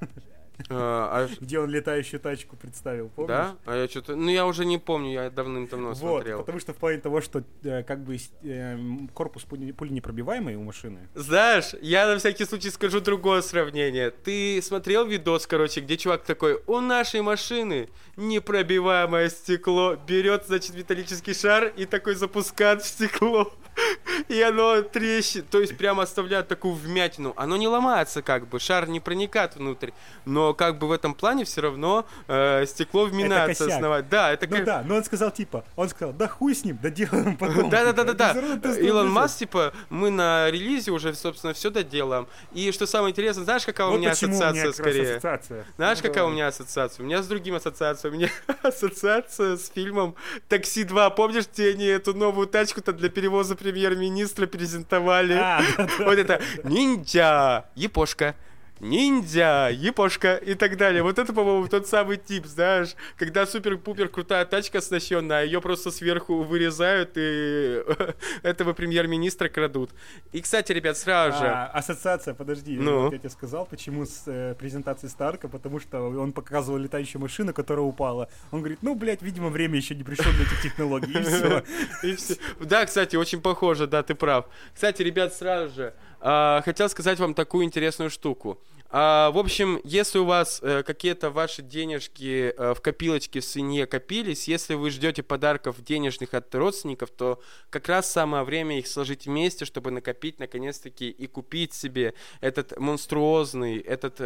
Speaker 2: Где он летающую тачку представил, помнишь?
Speaker 1: Да? А я что-то... я уже не помню, я давным-давно смотрел.
Speaker 2: Потому что в плане того, что как бы корпус пуленепробиваемый у машины.
Speaker 1: Знаешь, я на всякий случай скажу другое сравнение. Ты смотрел видос, где чувак такой, у нашей машины непробиваемое стекло, берет, значит, металлический шар и такой запускает в стекло. И оно трещит, то есть прямо оставляет такую вмятину. Оно не ломается как бы, шар не проникает внутрь, но как бы в этом плане все равно стекло вминается основать. Да, это
Speaker 2: да, но он сказал, да хуй с ним, доделаем потом.
Speaker 1: Да. Илон Маск, типа, мы на релизе уже, собственно, все доделаем. И что самое интересное, знаешь, какая у меня ассоциация скорее? Знаешь, какая у меня ассоциация? У меня с другим ассоциация. У меня ассоциация с фильмом «Такси 2». Помнишь, где они эту новую тачку-то для перевоза премьер-министра презентовали? Вот это «Ниндзя», «Япошка». Ниндзя, япошка и так далее. Вот это, по-моему, тот самый тип, знаешь, когда супер-пупер крутая тачка оснащенная, ее просто сверху вырезают и этого премьер-министра крадут. И, кстати, ребят, сразу же...
Speaker 2: Ассоциация, подожди, вот я тебе сказал, почему с презентацией Старка, потому что он показывал летающую машину, которая упала. Он говорит, видимо, время еще не пришло на эти технологии, и все.
Speaker 1: Да, кстати, очень похоже, да, ты прав. Кстати, ребят, сразу же хотел сказать вам такую интересную штуку. В общем, если у вас какие-то ваши денежки в копилочке в свинье копились, если вы ждете подарков денежных от родственников, то как раз самое время их сложить вместе, чтобы накопить наконец-таки и купить себе этот монструозный,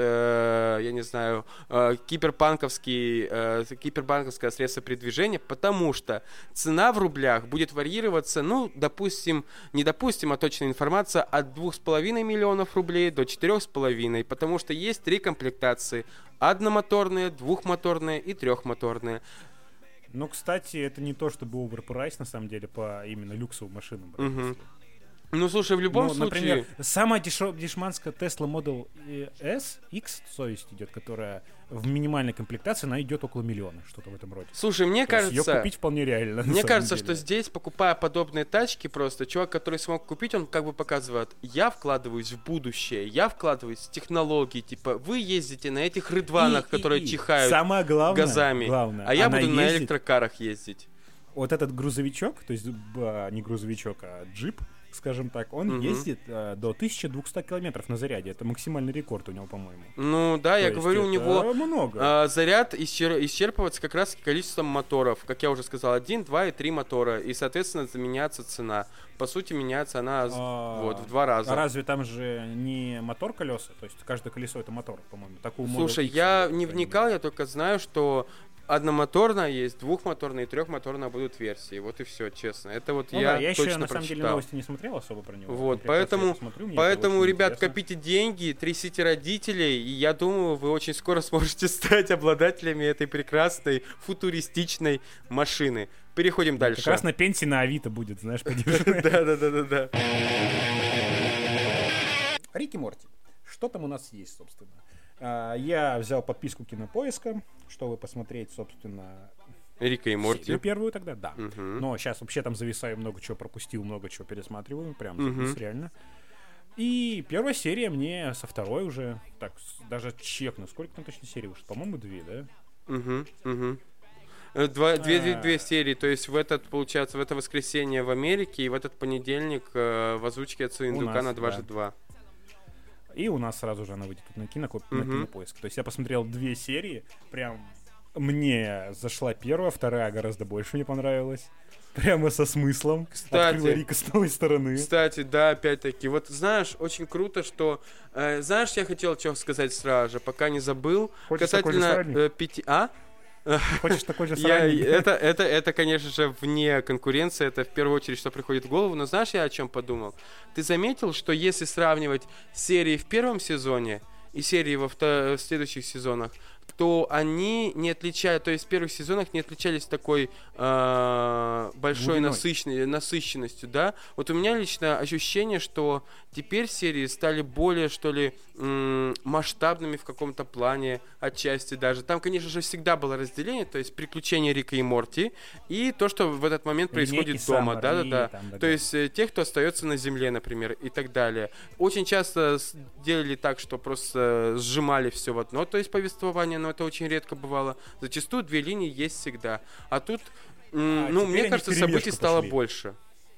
Speaker 1: киберпанковское средство передвижения, потому что цена в рублях будет варьироваться, точная информация, от 2,5 миллионов рублей до 4,5, потому что есть 3 комплектации: одномоторные, двухмоторные и трехмоторные.
Speaker 2: Ну, кстати, это не то, чтобы overprice, на самом деле, по именно люксовым машинам.
Speaker 1: Ну, слушай, в любом случае...
Speaker 2: Например, самая дешманская Tesla Model S, X, то есть идет, которая в минимальной комплектации, она идет около миллиона, что-то в этом роде.
Speaker 1: Слушай, мне кажется...
Speaker 2: Ее купить вполне реально.
Speaker 1: Мне кажется, что здесь, покупая подобные тачки, просто чувак, который смог купить, он как бы показывает, я вкладываюсь в будущее, я вкладываюсь в технологии, типа, вы ездите на этих рыдванах, которые чихают
Speaker 2: самое главное,
Speaker 1: газами, а я буду на электрокарах ездить.
Speaker 2: Вот этот грузовичок, то есть не грузовичок, а джип, скажем так, он ездит до 1200 километров на заряде. Это максимальный рекорд у него, по-моему.
Speaker 1: Ну да, я говорю, у него
Speaker 2: много.
Speaker 1: Заряд исчерпывается как раз количеством моторов. Как я уже сказал, 1, 2 и 3 мотора. И, соответственно, меняется цена. По сути, меняется она в 2 раза.
Speaker 2: А разве там же не мотор колеса? То есть каждое колесо это мотор, по-моему.
Speaker 1: Слушай, я не вникал, я только знаю, что одномоторная есть, двухмоторная и трехмоторная будут версии. Вот и все, честно. Это вот я точно
Speaker 2: еще, на самом деле, новости не смотрел особо про него.
Speaker 1: Вот, поэтому, ребят, копите деньги, трясите родителей, и я думаю, вы очень скоро сможете стать обладателями этой прекрасной футуристичной машины. Переходим дальше.
Speaker 2: Как раз на пенсии на Авито будет, знаешь, подержанная.
Speaker 1: Да.
Speaker 2: Рик и Морти. Что там у нас есть, собственно? Я взял подписку Кинопоиска, чтобы посмотреть, собственно...
Speaker 1: Рика и Морти.
Speaker 2: Серию первую тогда, да. Но сейчас вообще там зависаю, много чего пропустил, много чего пересматриваю. Прям реально. И первая серия мне со второй уже... Так, даже чекну. Сколько там точно серий вышло? По-моему, 2, да?
Speaker 1: Две серии, то есть получается, в это воскресенье в Америке и в этот понедельник в озвучке от Суиндука на дважды два.
Speaker 2: И у нас сразу же она выйдет на Кинопоиск. То есть я посмотрел 2 серии, прям мне зашла первая, вторая гораздо больше мне понравилась. Прямо со смыслом. Открыла Рика с новой стороны.
Speaker 1: Кстати, да, опять-таки. Вот знаешь, очень круто, что... знаешь, я хотел что сказать сразу же, пока не забыл.
Speaker 2: Хочешь касательно Хочешь такой же сравнение?
Speaker 1: Это, конечно же, вне конкуренции. Это в первую очередь, что приходит в голову. Но знаешь, я о чем подумал? Ты заметил, что если сравнивать серии в первом сезоне и серии в следующих сезонах, то они не отличают, то есть в первых сезонах не отличались такой большой насыщенностью, да. Вот у меня лично ощущение, что теперь серии стали более, что ли, масштабными в каком-то плане, отчасти даже. Там, конечно же, всегда было разделение, то есть приключения Рика и Морти и то, что в этот момент происходит дома, да. То есть тех, кто остается на земле, например, и так далее. Очень часто делали так, что просто сжимали все в одно, то есть повествование, но это очень редко бывало. Зачастую 2 линии есть всегда. А тут, мне кажется, событий стало больше.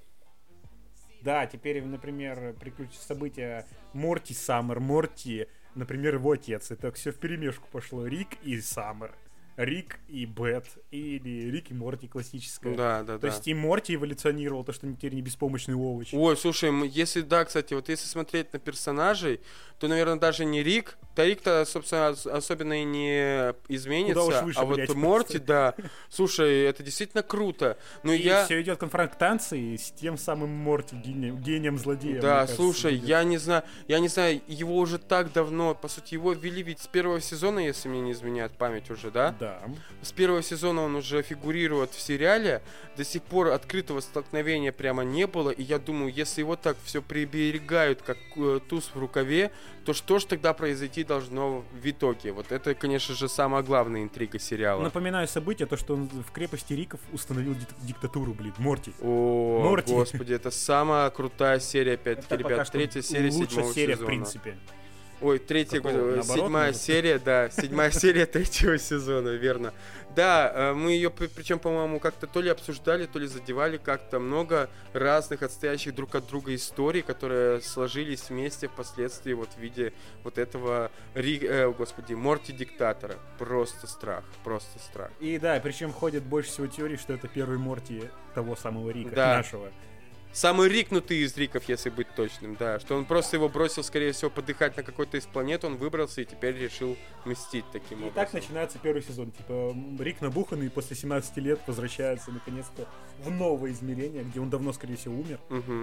Speaker 2: Да, теперь, например, события Морти, Саммер, Морти, например, его отец. Это все вперемешку пошло. Рик и Саммер. Рик и Бет, или Рик и Морти классическая.
Speaker 1: Да.
Speaker 2: То есть и Морти эволюционировал, то, что теперь не беспомощный овощ.
Speaker 1: Ой, слушай, кстати, вот если смотреть на персонажей, то, наверное, даже не Рик. Да Рик-то, собственно, особенно и не изменится.
Speaker 2: Выше,
Speaker 1: а вот Морти, да. Слушай, это действительно круто. Но
Speaker 2: все идет конфронтации с тем самым Морти, гением-злодеем.
Speaker 1: Да, слушай, я не знаю, его уже так давно, по сути, его ввели ведь с первого сезона, если мне не изменяет память уже, да?
Speaker 2: Да.
Speaker 1: С первого сезона он уже фигурирует в сериале. До сих пор открытого столкновения прямо не было. И я думаю, если его так все приберегают, как туз в рукаве, то что ж тогда произойти должно в итоге? Вот это, конечно же, самая главная интрига сериала.
Speaker 2: Напоминаю событие, то, что он в крепости Риков установил диктатуру, Морти.
Speaker 1: Морти. Господи, это самая крутая серия, опять-таки, ребят. 3-я серия 7-го сезона.
Speaker 2: Лучшая серия, в принципе.
Speaker 1: Ой, 7-я серия, да, 7-я серия 3-го сезона, верно. Да, мы ее, причем, по-моему, как-то то ли обсуждали, то ли задевали как-то много разных отстоящих друг от друга историй, которые сложились вместе впоследствии вот в виде вот этого, Морти-диктатора. Просто страх.
Speaker 2: И да, причем ходит больше всего теорий, что это первый Морти того самого Рика, нашего.
Speaker 1: Самый рикнутый из Риков, если быть точным, да. Что он просто его бросил, скорее всего, подыхать на какой-то из планет, он выбрался и теперь решил мстить таким образом.
Speaker 2: И так начинается первый сезон. Типа, Рик набуханный после 17 лет возвращается наконец-то в новое измерение, где он давно, скорее всего, умер.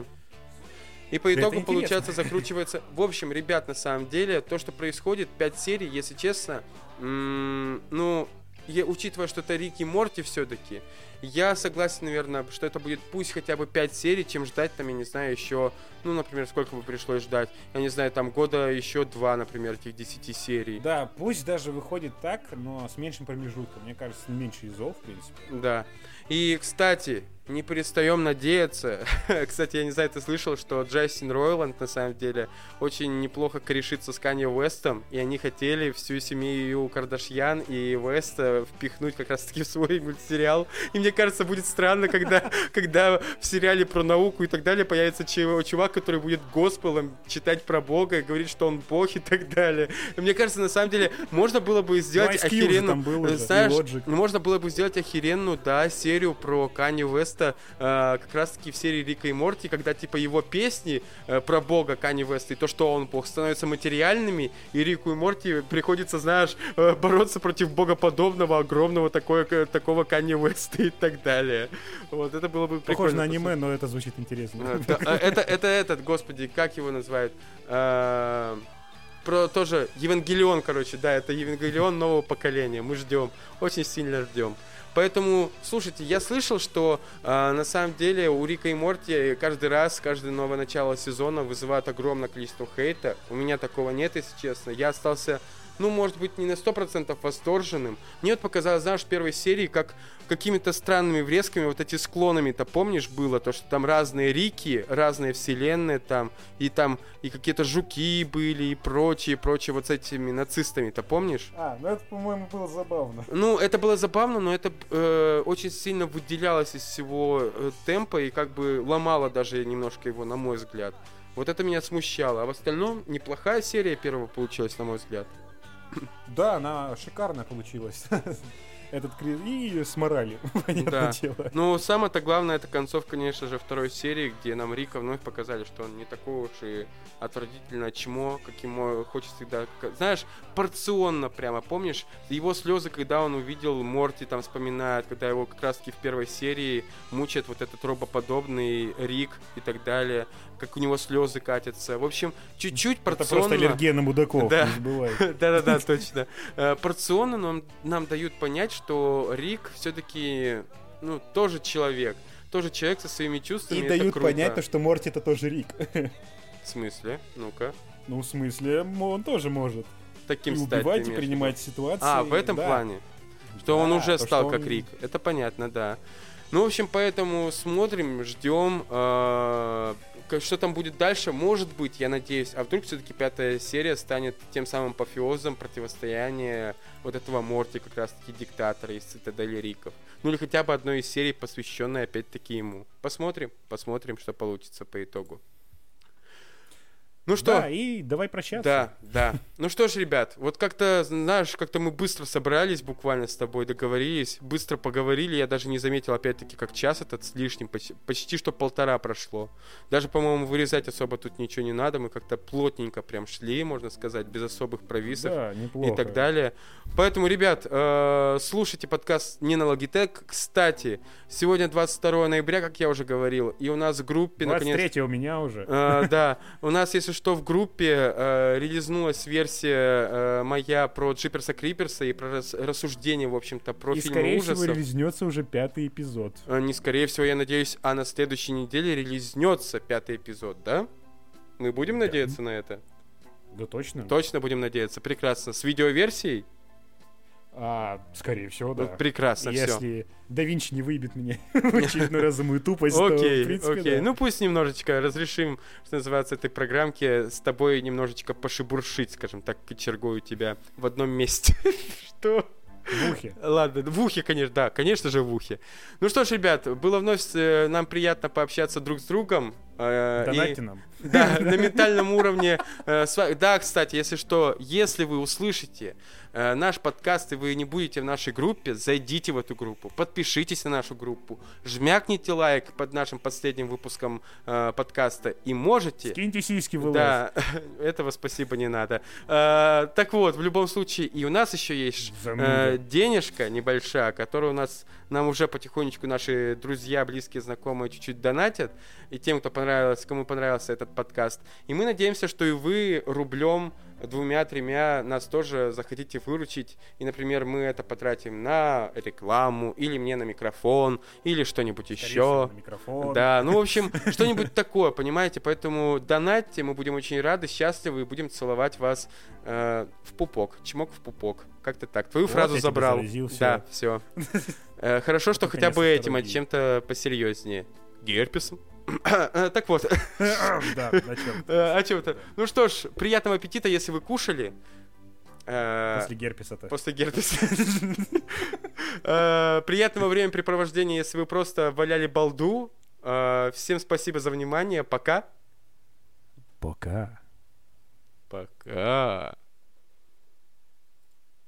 Speaker 1: И по итогу, получается, закручивается... В общем, ребят, на самом деле, то, что происходит, 5 серий, если честно, учитывая, что это Рик и Морти все-таки, я согласен, наверное, что это будет пусть хотя бы 5 серий, чем ждать там, я не знаю, еще, ну, например, сколько бы пришлось ждать, я не знаю, там года еще 2, например, этих 10 серий.
Speaker 2: Да, пусть даже выходит так, но с меньшим промежутком, мне кажется, меньше изов, в принципе.
Speaker 1: Да. И, кстати, не перестаем надеяться. Кстати, я не знаю, ты слышал, что Джастин Ройланд, на самом деле, очень неплохо корешится с Канье Уэстом, и они хотели всю семью Кардашьян и Уэста впихнуть как раз-таки в свой мультсериал. И мне кажется, будет странно, когда в сериале про науку и так далее появится чувак, который будет госпелом читать про Бога и говорить, что он Бог и так далее. И мне кажется, на самом деле, можно было бы сделать охеренную... Знаешь, можно было бы сделать охеренную, да, серию про Канье Уэста, как раз-таки в серии Рика и Морти, когда типа его песни про Бога Канье Уэста и то, что он Бог, становятся материальными, и Рику и Морти приходится, знаешь, бороться против богоподобного, огромного такого Канье Уэста и так далее. Вот, это было бы прикольно.
Speaker 2: Похоже на аниме, но это звучит интересно.
Speaker 1: Это этот, господи, как его называют? Про тоже Евангелион, короче, да, это Евангелион нового поколения. Мы ждем, очень сильно ждем. Поэтому, слушайте, я слышал, что на самом деле у Рика и Морти каждое новое начало сезона вызывает огромное количество хейта. У меня такого нет, если честно. Я остался, ну, может быть, не на 100% восторженным. Мне вот показалось, знаешь, в первой серии, как какими-то странными врезками, вот эти склонами-то, помнишь, было? То, что там разные Рики, разные вселенные там и какие-то жуки были, и прочие, вот с этими нацистами-то, помнишь?
Speaker 2: Ну это, по-моему, было забавно.
Speaker 1: Ну, это было забавно, но это очень сильно выделялось из всего темпа и как бы ломало даже немножко его, на мой взгляд. Вот это меня смущало. А в остальном неплохая серия первого получилась, на мой взгляд.
Speaker 2: Да, она шикарная получилась. Этот и с моралью, понятное дело.
Speaker 1: Ну, самое-то главное, это концовка, конечно же, второй серии, где нам Рика вновь показали, что он не такой уж и отвратительное чмо, каким хочет всегда... Знаешь, порционно прямо, помнишь? Его слезы, когда он увидел Морти, там вспоминает, когда его как раз-таки в первой серии мучает вот этот робоподобный Рик и так далее, как у него слезы катятся. В общем, чуть-чуть порционно...
Speaker 2: Это просто аллергия на мудаков, не забывай.
Speaker 1: Да-да-да, точно. Порционно нам дают понять, что Рик все-таки, ну, тоже человек со своими чувствами.
Speaker 2: И дают понять, что Морти это тоже Рик.
Speaker 1: В смысле? Ну-ка.
Speaker 2: Ну, в смысле, он тоже может.
Speaker 1: Таким
Speaker 2: и
Speaker 1: стать.
Speaker 2: убивать, и принимать ситуации.
Speaker 1: В этом плане? Что он уже стал как Рик. Это понятно, да. Ну, в общем, поэтому смотрим, ждем. Что там будет дальше? Может быть, я надеюсь. А вдруг все-таки 5-я серия станет тем самым апофеозом противостояния вот этого Морти, как раз-таки диктатора из Цитадели Риков. Ну или хотя бы одной из серий, посвященной опять-таки ему. Посмотрим, что получится по итогу. Ну что?
Speaker 2: Да, и давай прощаться.
Speaker 1: Да. Ну что ж, ребят, вот как-то, знаешь, как-то мы быстро собрались буквально с тобой, договорились, быстро поговорили, я даже не заметил, опять-таки, как час этот с лишним, почти что 1,5 прошло. Даже, по-моему, вырезать особо тут ничего не надо, мы как-то плотненько прям шли, можно сказать, без особых провисов и так далее. Поэтому, ребят, слушайте подкаст «Не на Logitech». Кстати, сегодня 22 ноября, как я уже говорил, и у нас в группе...
Speaker 2: 23 у меня уже.
Speaker 1: Да, у нас, если что, в группе релизнулась версия моя про Джиперса Криперса и про рассуждение, в общем-то, про фильм ужасов.
Speaker 2: И, скорее всего, релизнется уже 5-й эпизод.
Speaker 1: Не скорее всего, я надеюсь, а на следующей неделе релизнется 5-й эпизод, да? Мы будем надеяться на это?
Speaker 2: Да точно.
Speaker 1: Точно будем надеяться, прекрасно. С видеоверсией?
Speaker 2: Скорее всего, да.
Speaker 1: Прекрасно, все.
Speaker 2: Если Да Винчи не выебет меня в очередной раз за мою тупость, то, в принципе,
Speaker 1: окей. Ну, пусть немножечко разрешим, что называется, этой программке с тобой немножечко пошебуршить, скажем так, кочергою тебя в одном месте. Что?
Speaker 2: В ухе.
Speaker 1: Ладно, в ухе, конечно, да, конечно же в ухе. Ну что ж, ребят, было вновь нам приятно пообщаться друг с другом.
Speaker 2: Донатьте нам.
Speaker 1: Да, на ментальном уровне. Да, кстати, если что, если вы услышите наш подкаст и вы не будете в нашей группе, зайдите в эту группу, подпишитесь на нашу группу, жмякните лайк под нашим последним выпуском подкаста и можете...
Speaker 2: Скиньте сиськи в лайк.
Speaker 1: Да, этого спасибо не надо. Так вот, в любом случае, и у нас еще есть денежка небольшая, которую нам уже потихонечку наши друзья, близкие, знакомые чуть-чуть донатят. И тем, кто понравился понравился этот подкаст. И мы надеемся, что и вы рублем, 2-3 нас тоже захотите выручить. И, например, мы это потратим на рекламу, или мне на микрофон, или что-нибудь еще.
Speaker 2: На микрофон.
Speaker 1: Да, ну, в общем, что-нибудь такое, понимаете? Поэтому донатьте, мы будем очень рады, счастливы и будем целовать вас в пупок. Чмок в пупок. Как-то так. Твою фразу забрал. Да, все. Хорошо, что хотя бы этим, а чем-то посерьезнее. Герпесом. Так вот.
Speaker 2: Да, начал.
Speaker 1: О чем-то. Ну что ж, приятного аппетита, если вы кушали.
Speaker 2: После герпеса-то.
Speaker 1: После герпеса. Приятного времяпрепровождения, если вы просто валяли балду. Всем спасибо за внимание. Пока.
Speaker 2: Пока.
Speaker 1: Пока.